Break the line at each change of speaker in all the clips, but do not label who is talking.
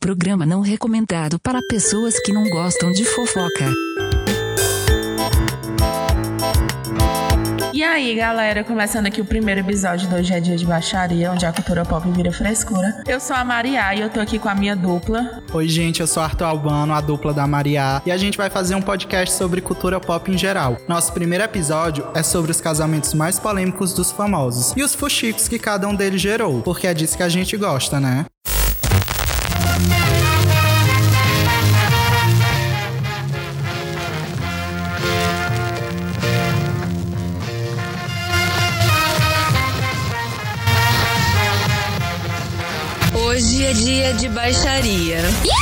programa não recomendado para pessoas que não gostam de fofoca.
E aí, galera, começando aqui o primeiro episódio do Hoje é Dia de Baixaria, onde a cultura pop vira frescura. Eu sou a Maria e eu tô aqui com a minha dupla.
Oi, gente, eu sou Arthur Albano, a dupla da Maria, e a gente vai fazer um podcast sobre cultura pop em geral. Nosso primeiro episódio é sobre os casamentos mais polêmicos dos famosos e os fuxicos que cada um deles gerou, porque é disso que a gente gosta, né?
Hoje é dia de baixaria.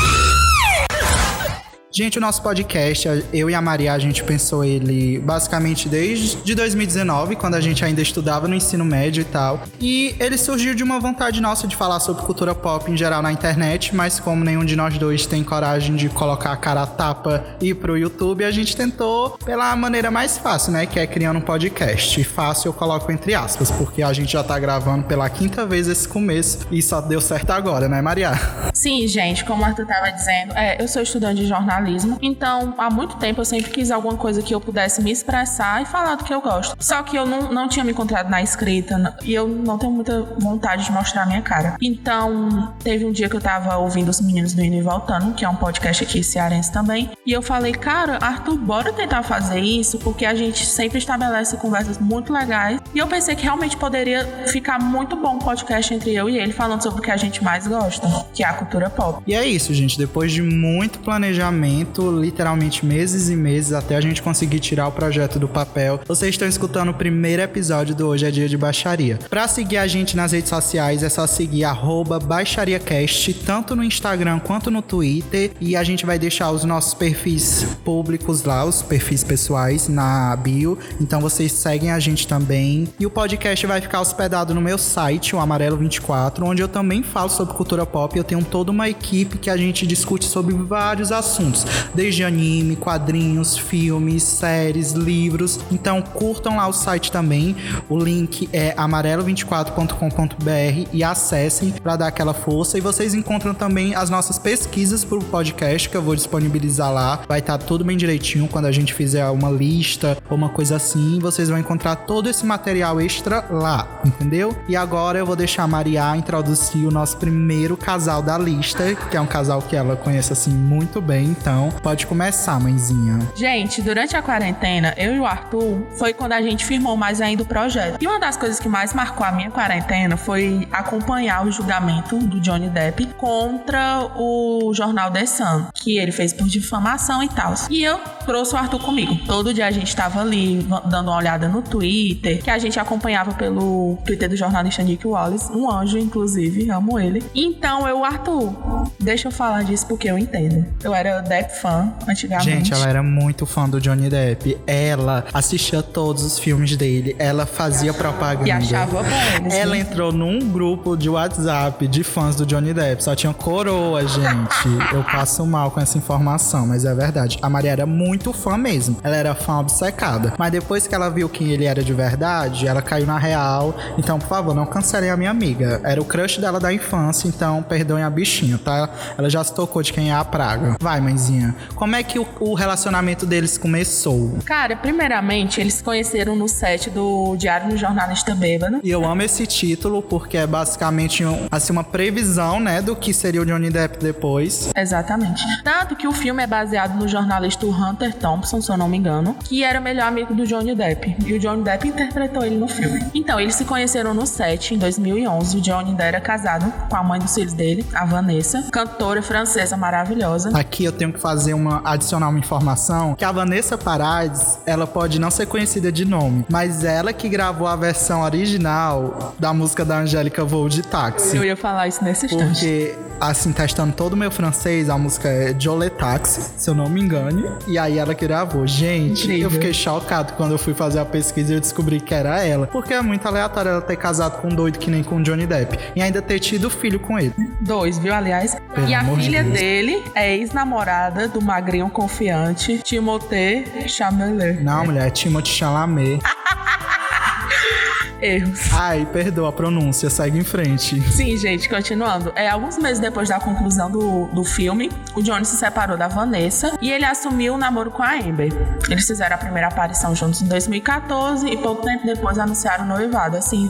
Gente, o nosso podcast, eu e a Maria, a gente pensou ele basicamente desde 2019, quando a gente ainda estudava no ensino médio e tal. E ele surgiu de uma vontade nossa de falar sobre cultura pop em geral na internet, mas como nenhum de nós dois tem coragem de colocar a cara a tapa e ir pro YouTube, a gente tentou pela maneira mais fácil, né? Que é criando um podcast. E fácil eu coloco entre aspas, porque a gente já tá gravando pela 5ª vez esse começo e só deu certo agora, né, Maria?
Sim, gente, como o Arthur tava dizendo, eu sou estudante de jornalismo. Então, há muito tempo eu sempre quis alguma coisa que eu pudesse me expressar e falar do que eu gosto. Só que eu não tinha me encontrado na escrita e eu não tenho muita vontade de mostrar a minha cara. Então, teve um dia que eu tava ouvindo os meninos do Indo e Voltando, que é um podcast aqui cearense também, e eu falei, cara, Arthur, bora tentar fazer isso, porque a gente sempre estabelece conversas muito legais. E eu pensei que realmente poderia ficar muito bom um podcast entre eu e ele, falando sobre o que a gente mais gosta, que é a cultura pop.
E é isso, gente. Depois de muito planejamento, literalmente meses e meses, até a gente conseguir tirar o projeto do papel, vocês estão escutando o primeiro episódio do Hoje é Dia de Baixaria. Pra seguir a gente nas redes sociais, é só seguir @baixariacast, tanto no Instagram quanto no Twitter, e a gente vai deixar os nossos perfis públicos lá, os perfis pessoais na bio, então vocês seguem a gente também. E o podcast vai ficar hospedado no meu site, o Amarelo 24, onde eu também falo sobre cultura pop. Eu tenho toda uma equipe que a gente discute sobre vários assuntos, desde anime, quadrinhos, filmes, séries, livros. Então curtam lá o site também. O link é amarelo24.com.br e acessem para dar aquela força. E vocês encontram também as nossas pesquisas pro podcast, que eu vou disponibilizar lá. Vai estar tudo bem direitinho quando a gente fizer uma lista ou uma coisa assim. Vocês vão encontrar todo esse material extra lá, entendeu? E agora eu vou deixar a Maria introduzir o nosso primeiro casal da lista, que é um casal que ela conhece assim muito bem. Então, pode começar, mãezinha.
Gente, durante a quarentena, eu e o Arthur, foi quando a gente firmou mais ainda o projeto. E uma das coisas que mais marcou a minha quarentena foi acompanhar o julgamento do Johnny Depp contra o jornal The Sun, que ele fez por difamação e tal. E eu trouxe o Arthur comigo. Todo dia a gente tava ali, dando uma olhada no Twitter, que a gente acompanhava pelo Twitter do jornalista Nick Wallace, um anjo, inclusive, amo ele. Então, Arthur, deixa eu falar disso porque eu entendo. Eu era Depp fã, antigamente.
Gente, ela era muito fã do Johnny Depp. Ela assistia todos os filmes dele. Ela fazia propaganda.
E achava bom eles.
Ela entrou num grupo de WhatsApp de fãs do Johnny Depp. Só tinha coroa, gente. Eu passo mal com essa informação, mas é verdade. A Maria era muito fã mesmo. Ela era fã obcecada. Mas depois que ela viu quem ele era de verdade, ela caiu na real. Então, por favor, não cancelem a minha amiga. Era o crush dela da infância, então perdoem a bichinha, tá? Ela já se tocou de quem é a praga. Vai, mãezinha. Como é que o relacionamento deles começou?
Cara, primeiramente, eles se conheceram no set do Diário do Jornalista Bêbado.
E eu amo esse título, porque é basicamente uma previsão, né, do que seria o Johnny Depp depois.
Exatamente. Tanto que o filme é baseado no jornalista Hunter Thompson, se eu não me engano, que era o melhor amigo do Johnny Depp. E o Johnny Depp interpretou ele no filme. Então, eles se conheceram no set em 2011. O Johnny Depp era casado com a mãe dos filhos dele, a Vanessa, cantora francesa maravilhosa.
Aqui eu tenho que adicionar uma informação, que a Vanessa Paradis, ela pode não ser conhecida de nome, mas ela que gravou a versão original da música da Angélica Voo de Táxi.
Eu ia falar isso nesse instante.
Porque, assim, testando todo o meu francês, a música é Jolie Taxi, se eu não me engane, e aí ela que gravou. Gente, incrível. Eu fiquei chocado quando eu fui fazer a pesquisa e eu descobri que era ela, porque é muito aleatório ela ter casado com um doido que nem com o Johnny Depp, e ainda ter tido filho com ele.
2, viu, aliás?
Pelo
e a filha
de
dele é ex-namorada do magrinho confiante Timothée Chalamet.
Não, mulher, é Timothée Chalamet.
erros.
Ai, perdoa a pronúncia, segue em frente.
Sim, gente, continuando. Alguns meses depois da conclusão do filme, o Johnny se separou da Vanessa e ele assumiu o namoro com a Amber. Eles fizeram a primeira aparição juntos em 2014 e pouco tempo depois anunciaram o noivado, assim,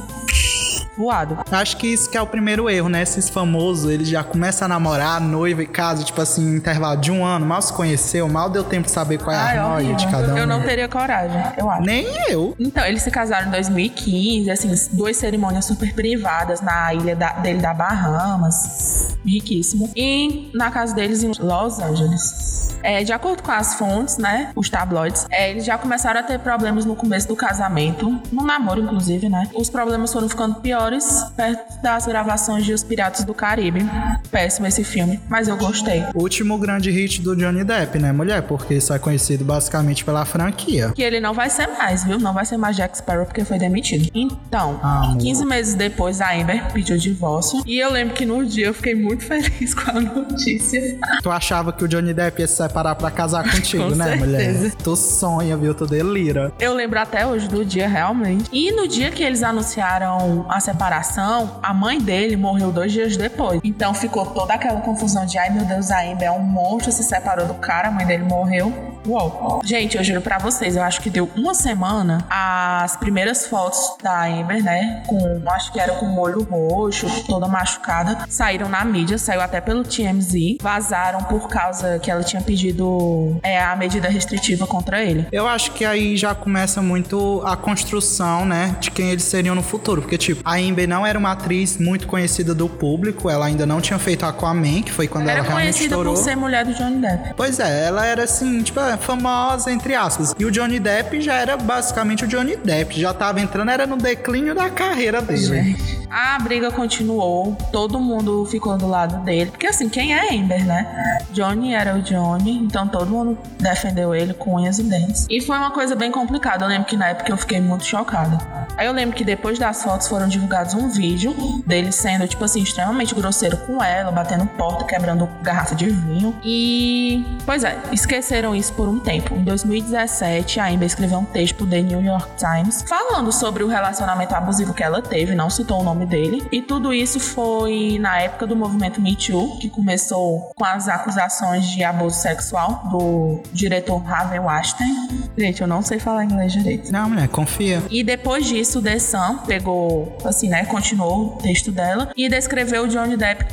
voado.
Acho que isso que é o primeiro erro, né? Esses famosos, eles já começam a namorar, noiva e casa, tipo assim, em intervalo de um ano, mal se conheceu, mal deu tempo de saber qual é a noia de cada um.
Eu não teria coragem, eu acho.
Nem eu.
Então, eles se casaram em 2015, assim, 2 cerimônias super privadas na ilha dele da Bahamas. Riquíssimo. E na casa deles em Los Angeles. De acordo com as fontes, né, os tabloides, eles já começaram a ter problemas no começo do casamento, no namoro inclusive, né. Os problemas foram ficando piores perto das gravações de Os Piratas do Caribe. Péssimo esse filme, mas eu gostei.
O último grande hit do Johnny Depp, né, mulher? Porque isso é conhecido basicamente pela franquia.
Que ele não vai ser mais, viu? Não vai ser mais Jack Sparrow porque foi demitido. Então, 15 meses depois, a Amber pediu divórcio. E eu lembro que no dia eu fiquei muito feliz com a notícia.
Tu achava que o Johnny Depp ia se separar pra casar contigo, né,
certeza.
Mulher? Tu sonha, viu? Tu delira.
Eu lembro até hoje do dia, realmente. E no dia que eles anunciaram a separação, a mãe dele morreu 2 dias depois. Então ficou toda aquela confusão de ai meu Deus, a Amber é um monstro, se separou do cara, a mãe dele morreu. Uou. Gente, eu juro pra vocês, eu acho que deu uma semana as primeiras fotos da Amber, né, acho que era com o olho roxo, toda machucada, saíram na mídia, saiu até pelo TMZ, vazaram por causa que ela tinha pedido a medida restritiva contra ele.
Eu acho que aí já começa muito a construção, né, de quem eles seriam no futuro, porque tipo, a Amber não era uma atriz muito conhecida do público, ela ainda não tinha feito Aquaman, que foi quando ela realmente estourou.
Era conhecida por ser mulher do Johnny Depp.
Pois é, ela era assim, tipo, famosa, entre aspas. E o Johnny Depp já era basicamente o Johnny Depp, já tava entrando, era no declínio da carreira dele.
Gente, a briga continuou, todo mundo ficou do lado dele, porque assim, quem é Amber, né? Johnny era o Johnny, então todo mundo defendeu ele com unhas e dentes. E foi uma coisa bem complicada, eu lembro que na época eu fiquei muito chocada. Aí eu lembro que depois das fotos foram divulgados um vídeo dele sendo, tipo assim, extremamente grosseiro com ela, batendo porta, quebrando garrafa de vinho. E, pois é, esqueceram isso por um tempo. Em 2017, a Amber escreveu um texto pro The New York Times falando sobre o relacionamento abusivo que ela teve, não citou o nome dele. E tudo isso foi na época do movimento Me Too, que começou com as acusações de abuso sexual do diretor Harvey Weinstein. Gente, eu não sei falar inglês direito.
Não, mulher, confia.
E depois disso, o The Sun pegou, assim, né, continuou o texto dela e descreveu o Johnny Depp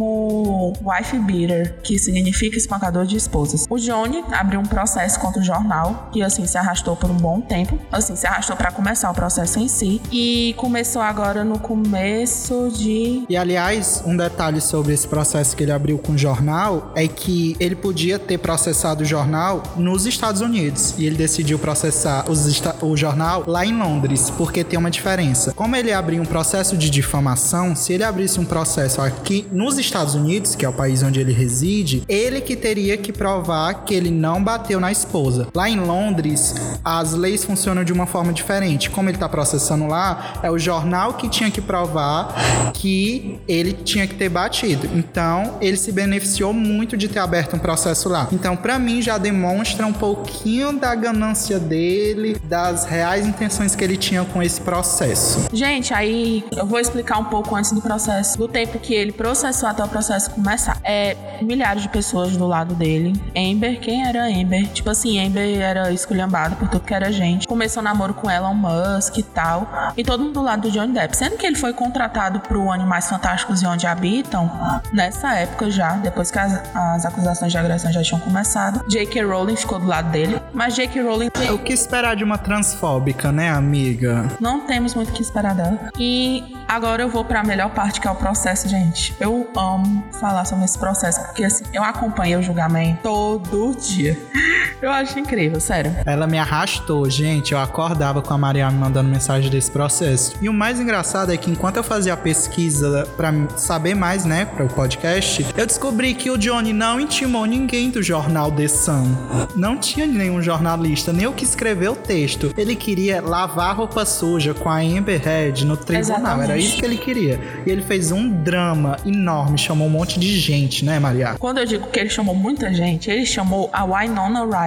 como wife beater, que significa espancador de esposas. O Johnny abriu um processo contra o jornal, que, assim, se arrastou por um bom tempo. Assim, se arrastou pra começar o processo em si. E começou agora no começo de...
E, aliás, um detalhe sobre esse processo que ele abriu com o jornal é que ele podia ter processado o jornal nos Estados Unidos. E ele decidiu processar o jornal lá em Londres, porque tem uma diferença. Como ele abriu um processo de difamação, se ele abrisse um processo aqui nos Estados Unidos, que é o país onde ele reside, ele que teria que provar que ele não bateu na esposa. Lá em Londres, as leis funcionam de uma forma diferente. Como ele tá processando lá, é o jornal que tinha que provar que ele tinha que ter batido. Então, ele se beneficiou muito de ter aberto um processo lá. Então, pra mim, já demonstra um pouquinho da ganância dele, das reais intenções que ele tinha com esse processo.
Gente, aí eu vou explicar um pouco antes do processo, do tempo que ele processou até o processo começar. Milhares de pessoas do lado dele. Amber, quem era Amber? Tipo assim, Amber era esculhambada por tudo que era gente. Começou namoro com Elon Musk e tal. E todo mundo do lado do Johnny Depp. Sendo que ele foi contratado pro Animais Fantásticos e Onde Habitam, nessa época já, depois que as acusações de agressão já tinham começado. J.K. Rowling ficou do lado dele. Mas J.K. Rowling...
O que esperar de uma transfóbica, né, amiga?
Não temos muito o que esperar dela. E agora eu vou pra melhor parte, que é o processo, gente. Eu amo falar sobre esse processo, porque assim, eu acompanhei o julgamento todo dia. Eu acho incrível, sério.
Ela me arrastou, gente. Eu acordava com a Maria me mandando mensagem desse processo. E o mais engraçado é que enquanto eu fazia a pesquisa pra saber mais, né, para o podcast, eu descobri que o Johnny não intimou ninguém do jornal The Sun. Não tinha nenhum jornalista, nem o que escreveu o texto. Ele queria lavar roupa suja com a Amber Heard no tribunal. Exatamente. Era isso que ele queria. E ele fez um drama enorme, chamou um monte de gente, né, Maria?
Quando eu digo que ele chamou muita gente, ele chamou a Winona Ryder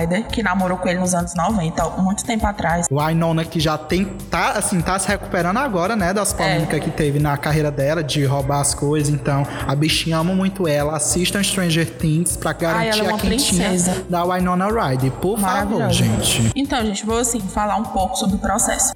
Ryder, que namorou com ele nos anos 90, muito tempo atrás.
Wynonna, que já tá se recuperando agora, né, das polêmicas que teve na carreira dela, de roubar as coisas. Então, a bichinha ama muito ela. Assistam Stranger Things pra garantir
ela é
a
uma
quentinha
princesa.
da Wynonna Ryder. Por favor, gente.
Então, gente, vou assim falar um pouco sobre o processo.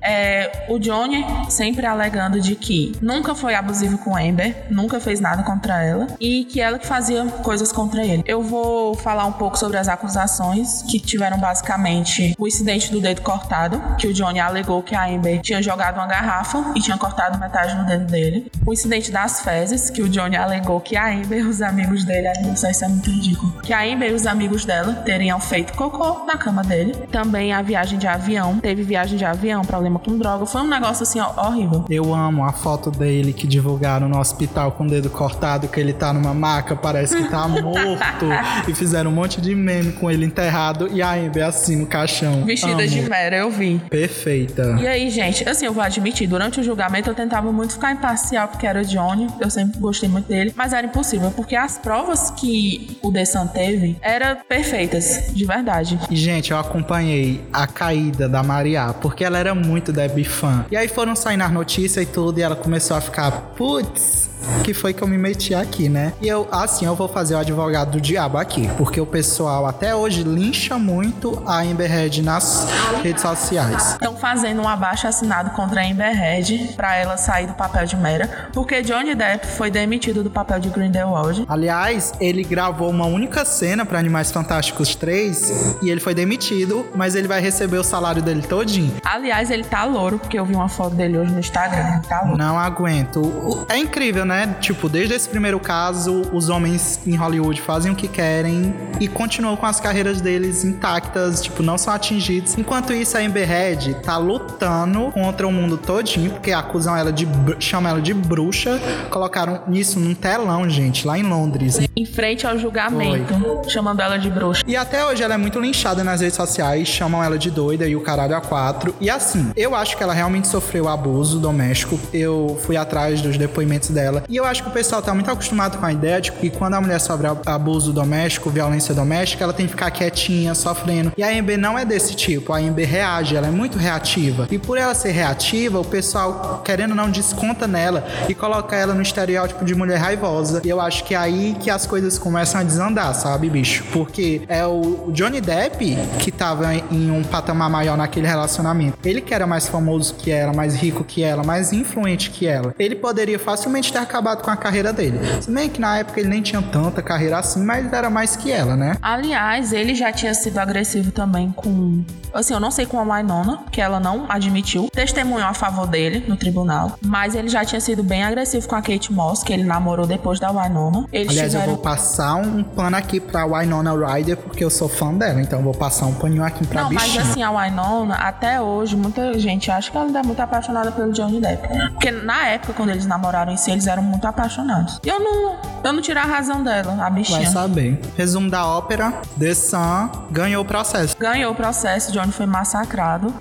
O Johnny sempre alegando de que nunca foi abusivo com Amber, nunca fez nada contra ela e que ela que fazia coisas contra ele. Eu vou falar um pouco sobre as acusações que tiveram basicamente o incidente do dedo cortado, que o Johnny alegou que a Amber tinha jogado uma garrafa e tinha cortado metade do dedo dele. O incidente das fezes, que o Johnny alegou que a Amber e os amigos dele, não sei se é muito ridículo, que a Amber e os amigos dela teriam feito cocô na cama dele. Também a viagem de avião, teve viagem de avião, problema com droga, foi um negócio assim horrível.
Eu amo a foto dele que divulgaram no hospital com o dedo cortado, que ele tá numa maca, parece que tá morto, e fizeram um monte de meme com ele enterrado e a Amber assim no caixão.
Vestida de Mera, eu vi.
Perfeita.
E aí, gente, assim, eu vou admitir, durante o julgamento eu tentava muito ficar imparcial, porque era o Johnny, eu sempre gostei muito dele, mas era impossível, porque as provas que o The Sun teve eram perfeitas, de verdade.
E, gente, eu acompanhei a caída da Maria, porque ela era muito Debbie fã. E aí foram saindo as notícias e tudo, e ela começou a ficar, putz, que foi que eu me meti aqui, né? E eu vou fazer o advogado do diabo aqui, porque o pessoal até hoje lincha muito a Amber Heard nas redes sociais.
Estão fazendo um abaixo-assinado contra a Amber Heard pra ela sair do papel de Mera, porque Johnny Depp foi demitido do papel de Grindelwald.
Aliás, ele gravou uma única cena pra Animais Fantásticos 3 e ele foi demitido, mas ele vai receber o salário dele todinho.
Aliás, ele tá louro, porque eu vi uma foto dele hoje no Instagram, ele tá louro.
Não aguento. É incrível, né? Tipo, desde esse primeiro caso, os homens em Hollywood fazem o que querem e continuam com as carreiras deles intactas, tipo, não são atingidos. Enquanto isso, a Amber Heard tá lutando contra o mundo todinho, porque acusam ela chamam ela de bruxa, colocaram isso num telão, gente, lá em Londres.
Em frente ao julgamento, chamando ela de bruxa.
E até hoje ela é muito linchada nas redes sociais, chamam ela de doida e o caralho a quatro. E assim, eu acho que ela realmente sofreu abuso doméstico. Eu fui atrás dos depoimentos dela. E eu acho que o pessoal tá muito acostumado com a ideia de que quando a mulher sofre abuso doméstico, violência doméstica, ela tem que ficar quietinha, sofrendo. E a Amber não é desse tipo. A Amber reage, ela é muito reativa. E por ela ser reativa, o pessoal, querendo ou não, desconta nela e coloca ela no estereótipo de mulher raivosa. E eu acho que é aí que as coisas começam a desandar, sabe, bicho? Porque é o Johnny Depp que tava em um patamar maior naquele relacionamento. Ele que era mais famoso que ela, mais rico que ela, mais influente que ela. Ele poderia facilmente ter acabado com a carreira dele. Se bem que na época ele nem tinha tanta carreira assim, mas era mais que ela, né?
Aliás, ele já tinha sido agressivo também com... Assim, eu não sei com a Wynonna, que ela não admitiu. Testemunhou a favor dele no tribunal. Mas ele já tinha sido bem agressivo com a Kate Moss, que ele namorou depois da Wynonna.
Aliás, eu vou passar um pano aqui pra Wynonna Ryder, porque eu sou fã dela. Então eu vou passar um paninho aqui pra bichinha.
Mas assim, a Wynonna, até hoje, muita gente acha que ela ainda é muito apaixonada pelo Johnny Depp. Porque na época, quando eles namoraram em si, eles eram muito apaixonados. E eu não tiro a razão dela, a bichinha.
Vai saber. Resumo da ópera: The Sun ganhou o processo.
Ganhou o processo, Johnny foi massacrado.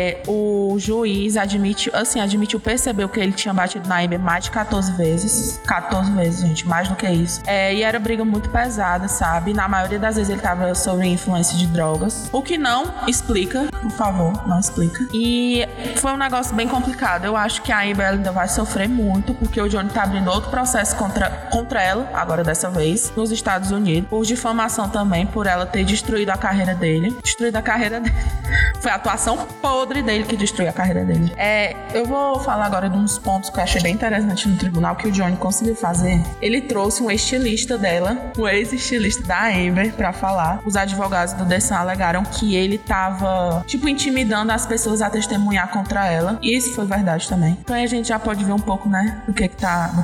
O juiz admitiu, percebeu que ele tinha batido na Amber mais de 14 vezes. 14 vezes, gente, mais do que isso. E era briga muito pesada, sabe? Na maioria das vezes ele tava sob influência de drogas. O que não explica, por favor, não explica. E foi um negócio bem complicado. Eu acho que a Amber ainda vai sofrer muito, porque o Johnny tá abrindo outro processo contra ela, agora dessa vez, nos Estados Unidos, por difamação também, por ela ter destruído a carreira dele. Foi a atuação podre dele que destruiu a carreira dele. Eu vou falar agora de uns pontos que eu achei bem interessante no tribunal que o Johnny conseguiu fazer. Ele trouxe um estilista dela, um ex-estilista da Amber, pra falar. Os advogados do The Sun alegaram que ele tava, intimidando as pessoas a testemunhar contra ela. E isso foi verdade também. Então aí a gente já pode ver um pouco, né, do que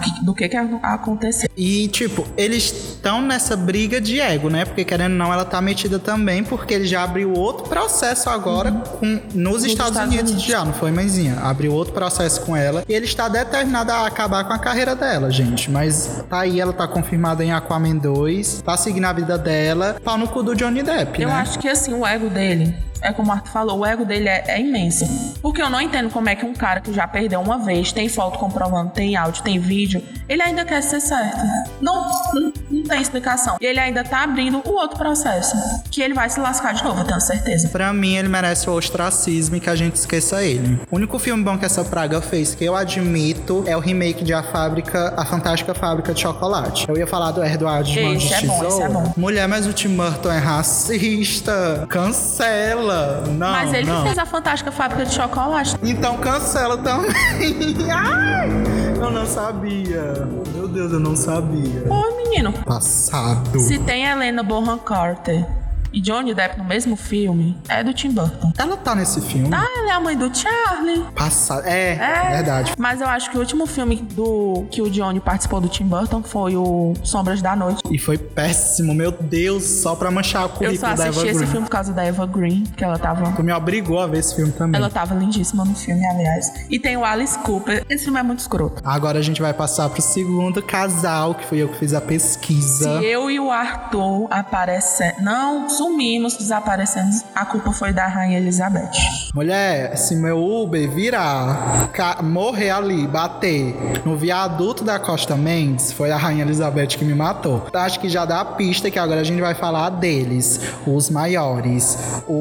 aconteceu.
E, eles estão nessa briga de ego, né? Porque, querendo ou não, ela tá metida também, porque ele já abriu outro processo agora nos Estados Unidos. Já, não foi, mãezinha? Abriu outro processo com ela. E ele está determinado a acabar com a carreira dela, gente. Mas tá aí, ela tá confirmada em Aquaman 2, tá seguindo a vida dela, pau no cu do Johnny Depp,
Eu
né?
acho que, assim, o ego dele é como o Arthur falou, o ego dele é imenso. Porque eu não entendo como é que um cara que já perdeu uma vez, tem foto comprovando, tem áudio, tem vídeo, ele ainda quer ser certo. Não tem explicação. E ele ainda tá abrindo o outro processo, que ele vai se lascar de novo, eu tenho certeza.
Pra mim, ele merece o ostracismo e que a gente esqueça ele. O único filme bom que essa praga fez, que eu admito, é o remake de A Fantástica Fábrica de Chocolate. Eu ia falar do Edward de Mãos de Tesouro.
Esse é bom.
Mulher, mas o Tim Burton é racista. Cancela. Não,
mas ele que fez A Fantástica Fábrica de Chocolate.
Então cancela também. Ai, eu não sabia. Meu Deus, eu não sabia.
Ô, menino.
Passado.
Se tem Helena Bonham Carter e Johnny Depp no mesmo filme, é do Tim Burton.
Ela tá nesse filme?
Ah, ela é a mãe do Charlie.
Passado. É verdade.
Mas eu acho que o último filme que o Johnny participou do Tim Burton foi o Sombras da Noite.
E foi péssimo, meu Deus, só pra manchar o currículo da Eva Green. Eu só assisti esse
filme por causa da Eva Green, que ela tava...
Tu me obrigou a ver esse filme também.
Ela tava lindíssima no filme, aliás. E tem o Alice Cooper. Esse filme é muito escroto.
Agora a gente vai passar pro segundo casal, que foi eu que fiz a pesquisa.
Se eu e o Arthur não sumimos, desaparecemos, a culpa foi da Rainha Elizabeth.
Mulher, se meu Uber virar, morrer ali, bater no viaduto da Costa Mendes, foi a Rainha Elizabeth que me matou. Acho que já dá a pista que agora a gente vai falar deles, os maiores.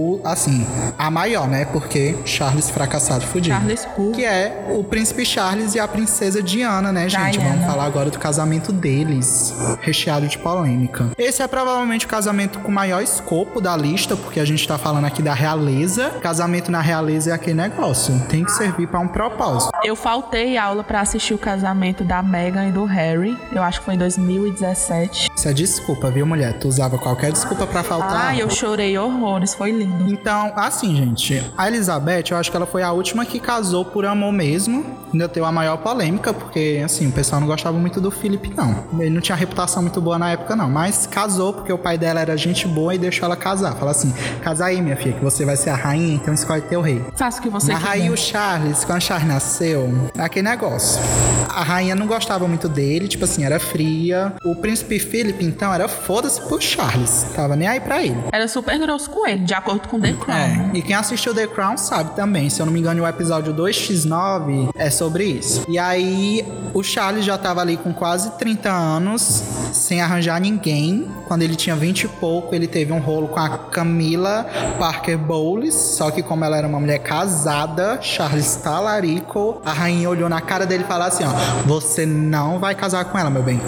A maior, né? Porque Charles fracassado fudido.
Charles Cook.
Que é o príncipe Charles e a princesa Diana, né, gente?
Diana.
Vamos falar agora do casamento deles, recheado de polêmica. Esse é provavelmente o casamento com maior escopo da lista, porque a gente tá falando aqui da realeza. Casamento na realeza é aquele negócio, tem que servir pra um propósito.
Eu faltei aula pra assistir o casamento da Meghan e do Harry, eu acho que foi em 2017.
Isso é desculpa, viu, mulher? Tu usava qualquer desculpa pra faltar.
Eu chorei horrores, foi lindo.
Então, assim, gente, a Elizabeth, eu acho que ela foi a última que casou por amor mesmo. Ainda teve a maior polêmica, porque, assim, o pessoal não gostava muito do Philip, não. Ele não tinha reputação muito boa na época, não. Mas casou, porque o pai dela era gente boa e deixou ela casar. Fala assim, casa aí, minha filha, que você vai ser a rainha, então escolhe teu rei.
Faça o que você quiser.
Aí o Charles, quando o Charles nasceu, aquele negócio. A rainha não gostava muito dele, tipo assim, era fria. O príncipe Philip, então, era foda-se pro Charles. Tava nem aí pra ele.
Era super grosso com ele, de acordo com The Crown.
E quem assistiu The Crown sabe também. Se eu não me engano, o episódio 2x9 é sobre isso. E aí, o Charles já tava ali com quase 30 anos, sem arranjar ninguém. Quando ele tinha 20 e pouco, ele teve um rolo com a Camilla Parker Bowles. Só que como ela era uma mulher casada, Charles talarico, a rainha olhou na cara dele e falou assim, você não vai casar com ela, meu bem.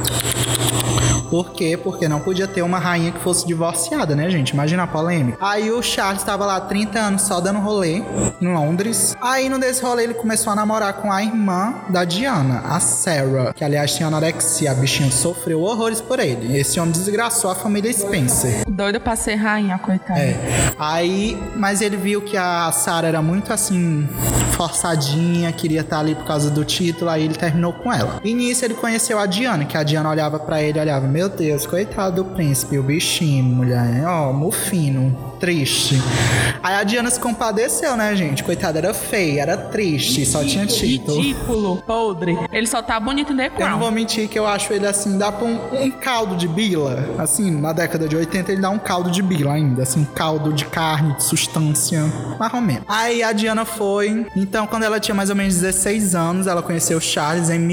Por quê? Porque não podia ter uma rainha que fosse divorciada, né, gente? Imagina a polêmica. Aí o Charles tava lá 30 anos só dando rolê em Londres. Aí no desse rolê ele começou a namorar com a irmã da Diana, a Sarah, que aliás tinha anorexia. A bichinha sofreu horrores por ele. Esse homem desgraçou a família Spencer.
Doida pra ser rainha, coitada.
Aí, mas ele viu que a Sarah era muito assim, forçadinha, queria estar ali por causa do título, aí ele terminou com ela. E nisso ele conheceu a Diana, que a Diana olhava pra ele, olhava, meu Deus, coitado do príncipe, o bichinho, mulher, mufino, triste. Aí a Diana se compadeceu, né, gente? Coitada, era feia, era triste, só tinha título.
Ridículo, podre. Ele só tá bonito em The Crown.
Eu não vou mentir que eu acho ele assim, dá pra um caldo de bila, assim, na década de 80 ele dá um caldo de bila ainda, assim, caldo de carne, de substância, mais ou menos. Aí a Diana foi, então quando ela tinha mais ou menos 16 anos, ela conheceu Charles em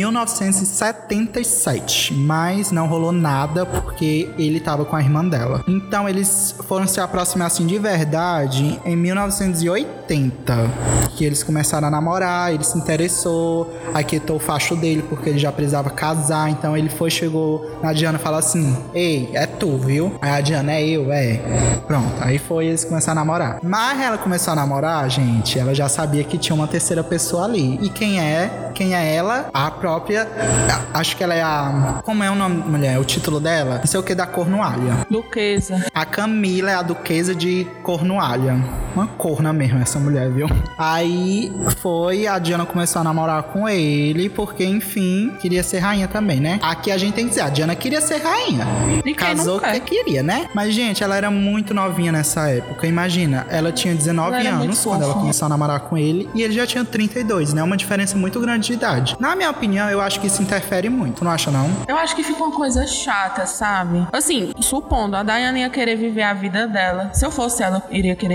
1977, mas não rolou nada porque ele tava com a irmã dela. Então eles foram se aproximar assim de verdade em 1980, que eles começaram a namorar, ele se interessou, aquietou o facho dele porque ele já precisava casar, então ele chegou na Diana e falou assim, ei, é tu, viu? Aí a Diana, é eu, pronto, aí eles começaram a namorar. Mas ela começou a namorar, gente, ela já sabia que tinha uma terceira pessoa ali. E quem é ela? A própria, acho que ela é a, como é o nome, mulher? O título dela? Não sei o que, da Cornualha.
Duquesa.
A Camila é a duquesa de Cornualha. Uma corna mesmo essa mulher, viu? Aí a Diana começou a namorar com ele, porque, enfim, queria ser rainha também, né? Aqui a gente tem que dizer, a Diana queria ser rainha. Casou porque queria, né? Mas, gente, ela era muito novinha nessa época. Imagina, ela tinha 19 anos quando ela começou a namorar com ele, e ele já tinha 32, né? Uma diferença muito grande de idade. Na minha opinião, eu acho que isso interfere muito. Tu não acha, não?
Eu acho que fica uma coisa chata, sabe? Assim, supondo, a Diana ia querer viver a vida dela. Se eu fosse ela, iria querer viver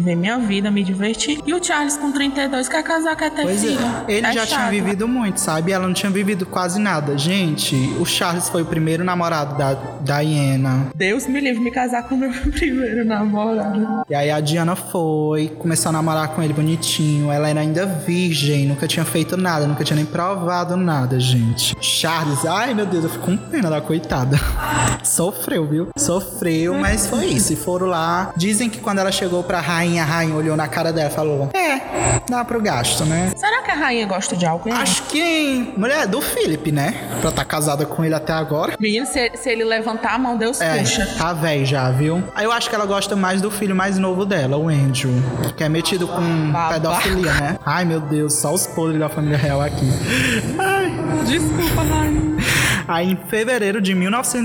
viver minha vida, me divertir. E o Charles com 32 quer casar, quer ter
Pois
filho.
é, ele já
chato.
tinha vivido muito, sabe? Ela não tinha vivido quase nada. Gente, o Charles foi o primeiro namorado da Diana.
Deus me livre me casar com o meu primeiro namorado.
E aí a Diana começou a namorar com ele bonitinho. Ela era ainda virgem, nunca tinha feito nada, nunca tinha nem provado nada, gente. Charles, ai meu Deus, eu fico com pena da coitada. Sofreu, viu? Sofreu, mas foi isso. E foram lá. Dizem que quando ela chegou pra rainha, a rainha olhou na cara dela e falou: dá pro gasto, né?
Será que a rainha gosta de álcool?
Acho que mulher do Philip, né? Pra tá casada com ele até agora.
Menino, se ele levantar a mão, Deus puxa.
Tá velho já, viu? Aí eu acho que ela gosta mais do filho mais novo dela, o Andrew, que é metido com pedofilia, né? Ai, meu Deus, só os podres da família real aqui. Ai,
Desculpa, rainha.
Aí, em fevereiro de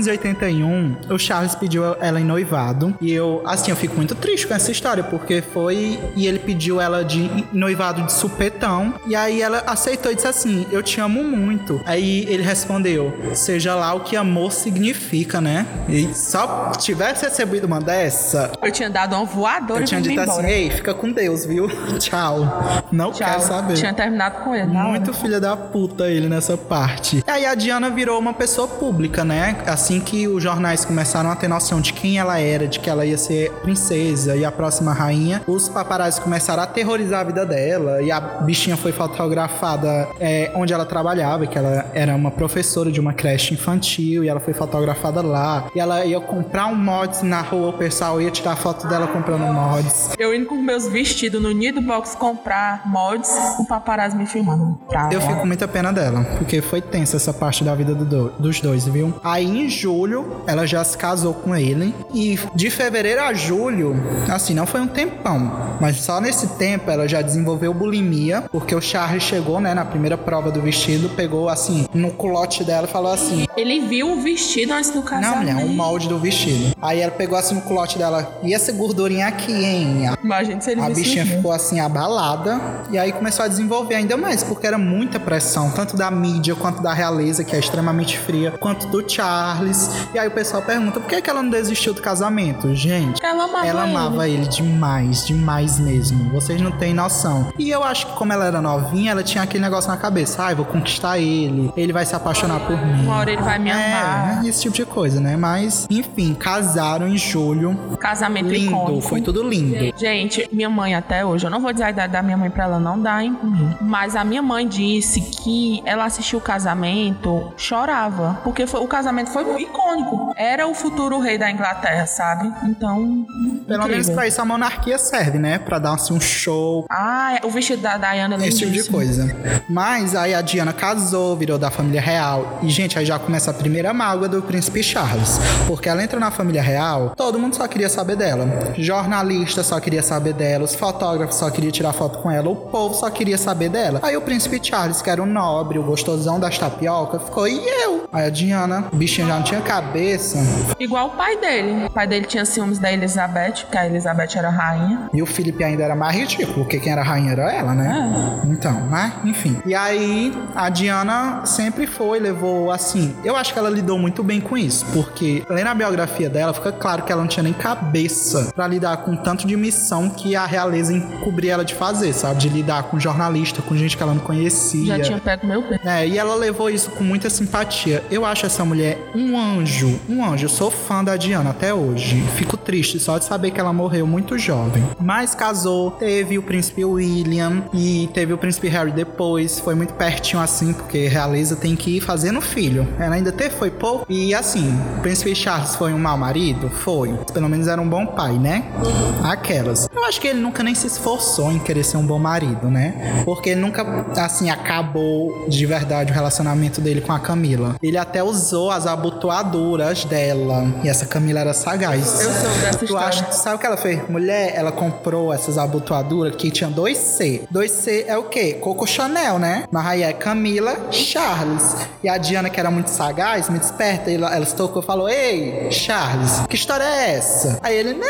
1981, o Charles pediu ela em noivado. E eu fico muito triste com essa história, porque foi... E ele pediu ela de noivado de supetão. E aí ela aceitou e disse assim: eu te amo muito. Aí ele respondeu: seja lá o que amor significa, né? E só tivesse recebido uma dessa...
Eu tinha dado uma voadora
Eu
e
tinha
fui
dito assim:
embora.
ei, fica com Deus, viu? Tchau. Não
Tchau.
quero saber.
Tinha terminado com ele.
Muito filha da puta ele nessa parte. E aí a Diana virou uma pessoa pública, né? Assim que os jornais começaram a ter noção de quem ela era, de que ela ia ser princesa e a próxima rainha, os paparazzi começaram a aterrorizar a vida dela. E a bichinha foi fotografada onde ela trabalhava, que ela era uma professora de uma creche infantil, e ela foi fotografada lá. E ela ia comprar um mods na rua, o pessoal ia tirar foto dela comprando mods.
Eu indo com meus vestidos no Nido Box comprar mods, o paparazzi me filmando.
Eu fico com muita pena dela, porque foi tensa essa parte da vida dos dois, viu? Aí em julho, ela já se casou com ele. E de fevereiro a julho, assim, não foi um tempão, mas só nesse tempo ela já desenvolveu bulimia, porque o Charles chegou, né, na primeira prova do vestido, pegou assim, no culote dela e falou assim:
ele viu o vestido antes do casamento.
não, mulher, um molde do vestido. Aí ela pegou assim no culote dela: e essa gordurinha aqui, hein?
Imagina se ele
A
visse
bichinha
isso.
ficou assim abalada. E aí começou a desenvolver ainda mais, porque era muita pressão, tanto da mídia quanto da realeza, que é extremamente fria, quanto do Charles. E aí o pessoal pergunta: por que ela não desistiu do casamento? Gente,
Ela amava
ele demais, demais mesmo. Vocês não têm noção. E eu acho que como ela era novinha, ela tinha aquele negócio na cabeça: ai, vou conquistar ele vai se apaixonar por mim.
Uma hora ele vai me amar.
Esse tipo de coisa, né? Mas, enfim, casaram em julho.
Casamento
Lindo,
icônico.
foi tudo lindo.
Gente, minha mãe até hoje, eu não vou dizer a idade da minha mãe pra ela não dar em mim, mas a minha mãe disse que ela assistiu o casamento, chorava, porque o casamento foi icônico. Era o futuro rei da Inglaterra, sabe? Então,
Pelo
incrível.
menos pra isso a monarquia serve, né? Pra dar assim, um show,
Ah, o vestido da Diana é
esse tipo de
lindíssimo.
coisa. Mas aí a Diana casou, virou da família real. E, gente, aí já começa a primeira mágoa do príncipe Charles. Porque ela entra na família real, todo mundo só queria saber dela. Jornalista só queria saber dela, os fotógrafos só queriam tirar foto com ela, o povo só queria saber dela. Aí o príncipe Charles, que era o nobre, o gostosão das tapioca, ficou: e eu? Aí a Diana, bichinha, já não tinha cabeça.
Igual o pai dele. O pai dele tinha ciúmes da Elizabeth, porque a Elizabeth era rainha.
E o Felipe ainda era mais ridículo, porque quem era rainha era ela, né? Então, mas, enfim. E aí, a Diana sempre levou assim... Eu acho que ela lidou muito bem com isso, porque lendo a biografia dela, fica claro que ela não tinha nem cabeça pra lidar com tanto de missão que a realeza encobria ela de fazer, sabe? De lidar com jornalista, com gente que ela não conhecia.
Já tinha pego meu pé.
E ela levou isso com muita simpatia. Eu acho essa mulher um anjo. Um anjo. Eu sou fã da Diana até hoje. Fico triste só de saber que ela morreu muito jovem. Mas casou, teve o príncipe William e teve o príncipe Harry depois. Foi muito pertinho assim, porque realeza tem que ir fazendo filho. Ela ainda foi pouco. E assim, o príncipe Charles foi um mau marido? Foi. Pelo menos era um bom pai, né? Aquelas. Eu acho que ele nunca nem se esforçou em querer ser um bom marido, né? Porque ele nunca, assim, acabou de verdade o relacionamento dele com a Camila. Ele até usou as abotoaduras dela. E essa Camila era sagaz.
Eu sou dessa história.
Sabe o que ela fez? Mulher, ela comprou essas abotoaduras que tinha 2C. 2C é o quê? Coco Chanel, né? Mas aí é Camila Charles. E a Diana, que era muito sagaz, muito esperta, ela se tocou e falou: ei, Charles, que história é essa? Aí ele: né,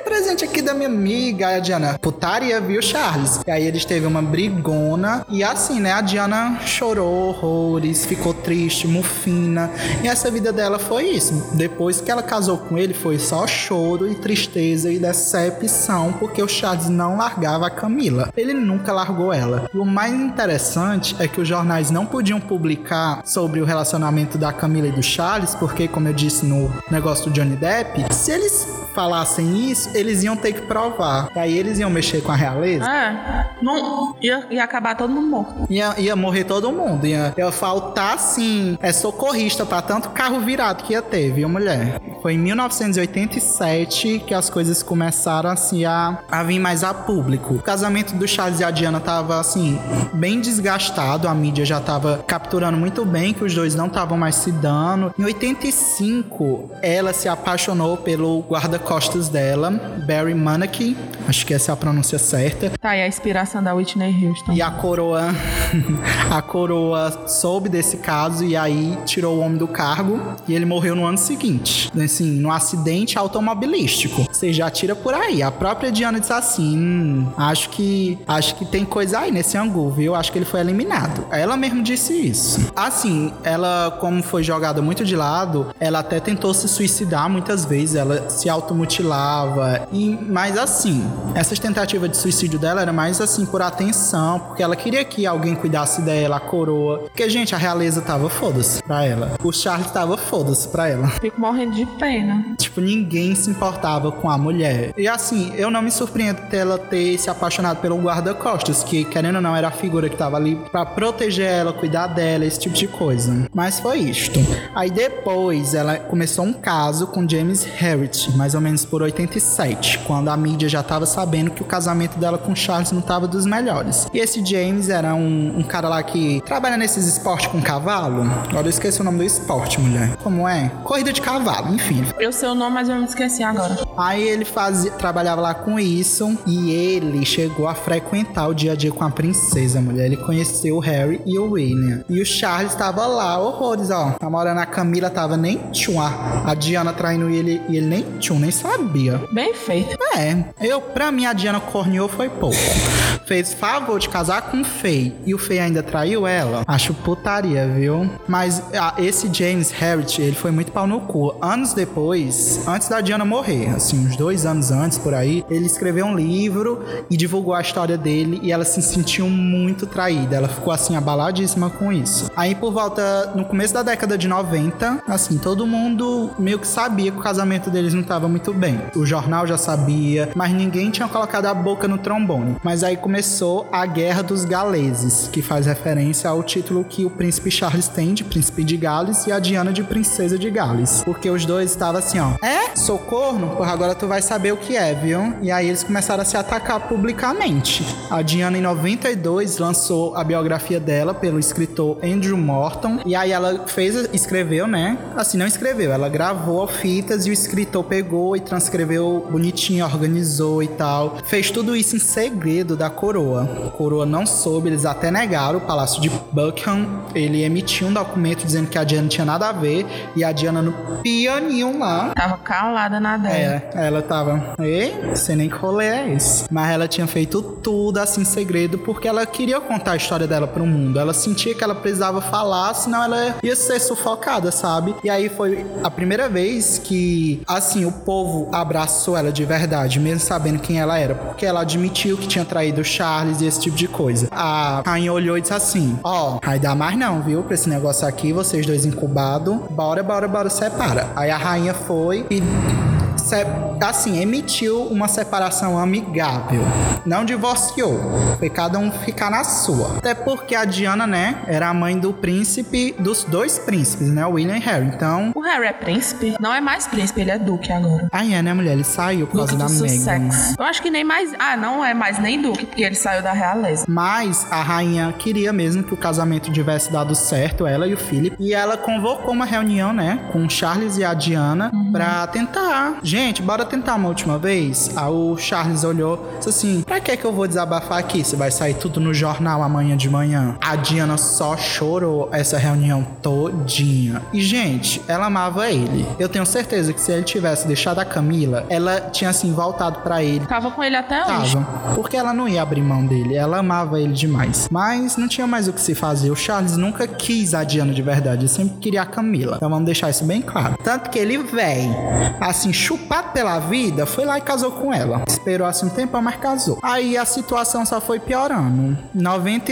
presente aqui da minha amiga. Aí a Diana, putaria, viu, Charles? E aí eles teve uma brigona. E assim, né, a Diana chorou horrores, ficou triste, mufina. E essa vida dela foi isso. Depois que ela casou com ele, foi só choro e tristeza e decepção, porque o Charles não largava a Camila. Ele nunca largou ela. E o mais interessante é que os jornais não podiam publicar sobre o relacionamento da Camila e do Charles, porque, como eu disse no negócio do Johnny Depp, se eles falassem isso, eles iam ter que provar. E aí eles iam mexer com a realeza.
Não, ia acabar todo mundo morto.
Ia morrer todo mundo. Ia faltar, assim, socorrista pra tanto carro virado que ia ter, viu, mulher? Foi em 1987 que as coisas começaram, assim, a vir mais a público. O casamento do Charles e a Diana tava, assim, bem desgastado. A mídia já tava capturando muito bem que os dois não estavam mais se dando. Em 85, ela se apaixonou pelo guarda-costas dela, Barry Munachie. Acho que essa é a pronúncia certa.
Tá, e a inspiração da Whitney Houston.
E a coroa soube desse caso e aí tirou o homem do cargo e ele morreu no ano seguinte. Assim, num acidente automobilístico. Você já tira por aí. A própria Diana disse assim, acho que tem coisa aí nesse angu, viu? Acho que ele foi eliminado. Ela mesmo disse isso. Assim, ela, como foi jogada muito de lado, ela até tentou se suicidar muitas vezes. Ela se automutilava. Mas assim, essas tentativas de suicídio dela era mais assim por atenção, porque ela queria que alguém cuidasse dela, a coroa. Porque, gente, a realeza tava foda-se pra ela. O Charles tava foda-se pra ela.
Fico morrendo de pena.
Tipo, ninguém se importava com a mulher. E assim, eu não me surpreendo dela ter se apaixonado pelo guarda-costas, que, querendo ou não, era a figura que tava ali pra proteger ela, cuidar dela, esse tipo de coisa. Mas foi isto. Aí depois, ela começou um caso com James Herriot, mais ou menos por 87, quando a mídia já tava sabendo que o casamento dela com Charles não tava dos melhores. E esse James era um cara lá que trabalha nesses esportes com cavalo. Agora eu esqueci o nome do esporte, mulher. Como é? Corrida de cavalo, enfim.
Eu sei o nome, mas eu me esqueci agora.
Aí ele trabalhava lá com isso e ele chegou a frequentar o dia a dia com a princesa, mulher. Ele conheceu o Harry e o William. E o Charles tava lá, horrores, ó. Namorando a Camila, tava nem tchum. A Diana traindo ele e ele nem tchum, nem sabia.
Bem feito.
Pra mim, a Diana corneou foi pouco. Fez favor de casar com o Fei e o Fei ainda traiu ela. Acho putaria, viu? Mas esse James Herriot, ele foi muito pau no cu. Anos depois, antes da Diana morrer, assim, uns 2 anos antes, por aí, ele escreveu um livro e divulgou a história dele e ela se sentiu muito traída. Ela ficou, assim, abaladíssima com isso. Aí, por volta, no começo da década de 90, assim, todo mundo meio que sabia que o casamento deles não estava muito bem. O jornal já sabia, mas ninguém tinha colocado a boca no trombone. Mas aí começou a Guerra dos Galeses, que faz referência ao título que o príncipe Charles tem de príncipe de Gales e a Diana de princesa de Gales. Porque os dois estavam assim, ó, sou corno? Porra, agora tu vai saber o que é, viu? E aí eles começaram a se atacar publicamente. A Diana, em 92, lançou a biografia dela pelo escritor Andrew Morton. E aí ela escreveu, né? Assim, não escreveu, ela gravou fitas e o escritor pegou e transcreveu bonitinho, organizou e tal. Fez tudo isso em segredo da coroa. A coroa não soube, eles até negaram. O Palácio de Buckingham, ele emitiu um documento dizendo que a Diana não tinha nada a ver. E a Diana no pianinho lá.
Tava calada na dela.
Ela tava, sei nem que rolê é esse. Mas ela tinha feito tudo assim em segredo porque ela queria contar a história dela pro mundo. Ela sentia que ela precisava falar, senão ela ia ser sufocada, sabe? E aí foi a primeira vez que, assim, o povo abraçou ela de verdade, mesmo sabendo quem ela era, porque ela admitiu que tinha traído o Charles e esse tipo de coisa. A rainha olhou e disse assim, vai dar mais não, viu? Pra esse negócio aqui, vocês dois incubados, bora, separa. Aí a rainha foi e assim, emitiu uma separação amigável. Não divorciou. Foi cada um ficar na sua. Até porque a Diana, né, era a mãe do príncipe, dos 2 príncipes, né, o William e Harry. Então...
O Harry é príncipe? Não é mais príncipe, ele é duque agora.
Né, mulher? Ele saiu por causa da Meghan.
Eu acho que nem mais... não é mais nem duque, porque ele saiu da realeza.
Mas a rainha queria mesmo que o casamento tivesse dado certo, ela e o Philip. E ela convocou uma reunião, né, com o Charles e a Diana pra tentar... Gente, bora tentar uma última vez? Aí o Charles olhou e disse assim, pra que eu vou desabafar aqui? Se vai sair tudo no jornal amanhã de manhã. A Diana só chorou essa reunião todinha. E, gente, ela amava ele. Eu tenho certeza que se ele tivesse deixado a Camila, ela tinha assim voltado pra ele.
Tava com ele até hoje.
Porque ela não ia abrir mão dele. Ela amava ele demais. Mas não tinha mais o que se fazer. O Charles nunca quis a Diana de verdade. Ele sempre queria a Camila. Então vamos deixar isso bem claro. Tanto que ele, véi, assim, chupado pela vida, foi lá e casou com ela. Esperou assim um tempo, mas casou. Aí a situação só foi piorando. Em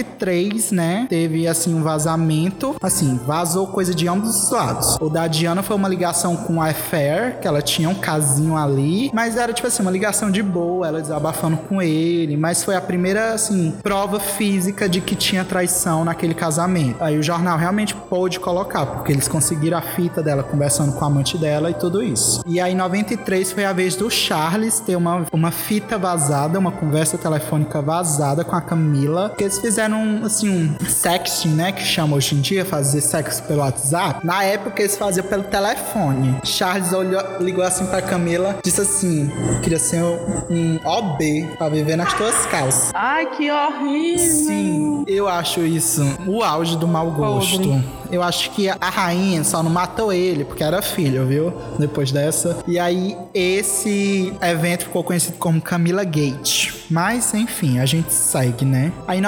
93, né, teve assim um vazamento. Assim, vazou coisa de ambos os lados. O da Diana foi uma ligação com a Fair, que ela tinha um casinho ali. Mas era tipo assim, uma ligação de boa, ela desabafando com ele. Mas foi a primeira, assim, prova física de que tinha traição naquele casamento. Aí o jornal realmente pôde colocar, porque eles conseguiram a fita dela conversando com a amante dela e tudo isso. E aí em 93 foi a vez do Charles ter uma fita vazada, uma conversa telefônica vazada com a Camila, que eles fizeram assim um sexting, né, que chama hoje em dia, fazer sexo pelo WhatsApp. Na época eles faziam pelo telefone. Charles ligou assim pra Camila, disse assim: queria ser um OB pra viver nas tuas calças.
Ai, que horrível.
Sim, eu acho isso o auge do mau gosto. Podre. Eu acho que a rainha só não matou ele porque era filho, viu? Depois dessa. E aí esse evento ficou conhecido como Camila Gate. Mas, enfim, a gente segue, né? Aí em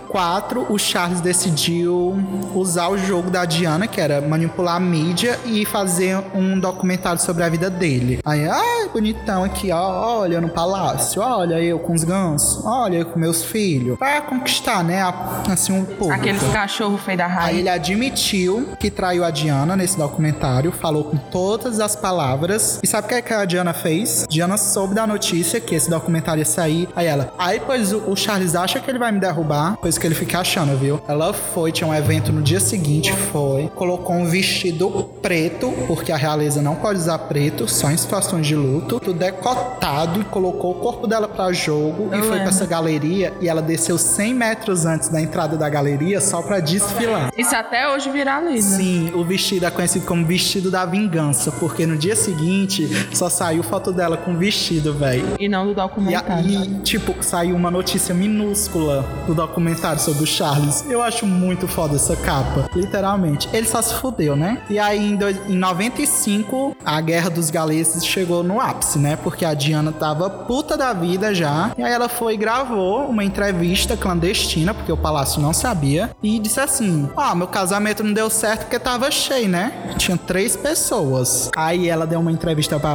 94, o Charles decidiu usar o jogo da Diana, que era manipular a mídia e fazer um documentário sobre a vida dele. Aí, bonitão aqui, ó, olha no palácio, olha eu com os gansos, olha eu com meus filhos. Pra conquistar, né, assim, um pouco.
Aqueles cachorros feios da rainha.
Aí ele admitiu que traiu a Diana nesse documentário, falou com todas as palavras. E sabe o que a Diana fez? Diana soube da notícia que esse documentário ia sair. Aí pois o Charles acha que ele vai me derrubar, pois que ele fica achando, viu? Ela foi, tinha um evento no dia seguinte, colocou um vestido preto, porque a realeza não pode usar preto, só em situações de luto, tudo decotado, e colocou o corpo dela pra jogo e foi pra essa galeria, e ela desceu 100 metros antes da entrada da galeria só pra desfilar.
Isso até hoje viraliza.
Sim, o vestido é conhecido como vestido da vingança, porque no dia seguinte só saiu foto dela com vestido, velho.
E não do documentário.
E tipo, saiu uma notícia minúscula do documentário sobre o Charles. Eu acho muito foda essa capa, literalmente. Ele só se fudeu, né? E aí em 95, a Guerra dos Galeses chegou no ápice, né? Porque a Diana tava puta da vida já. E aí ela foi e gravou uma entrevista clandestina, porque o palácio não sabia, e disse assim: meu casamento não deu certo porque tava cheio, né? Tinha 3 pessoas. Aí ela deu uma entrevista pra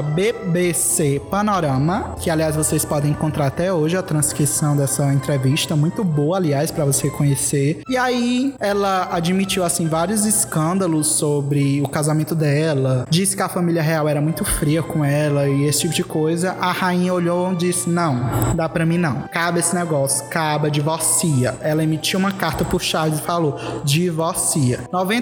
BBC Panorama, que aliás vocês podem encontrar até hoje a transcrição dessa entrevista, muito boa, aliás, pra você conhecer. E aí ela admitiu assim vários escândalos sobre o casamento dela, disse que a família real era muito fria com ela e esse tipo de coisa. A rainha olhou e disse: não, dá pra mim não, cabe esse negócio, acaba, divorcia. Ela emitiu uma carta pro Charles e falou: divorcia.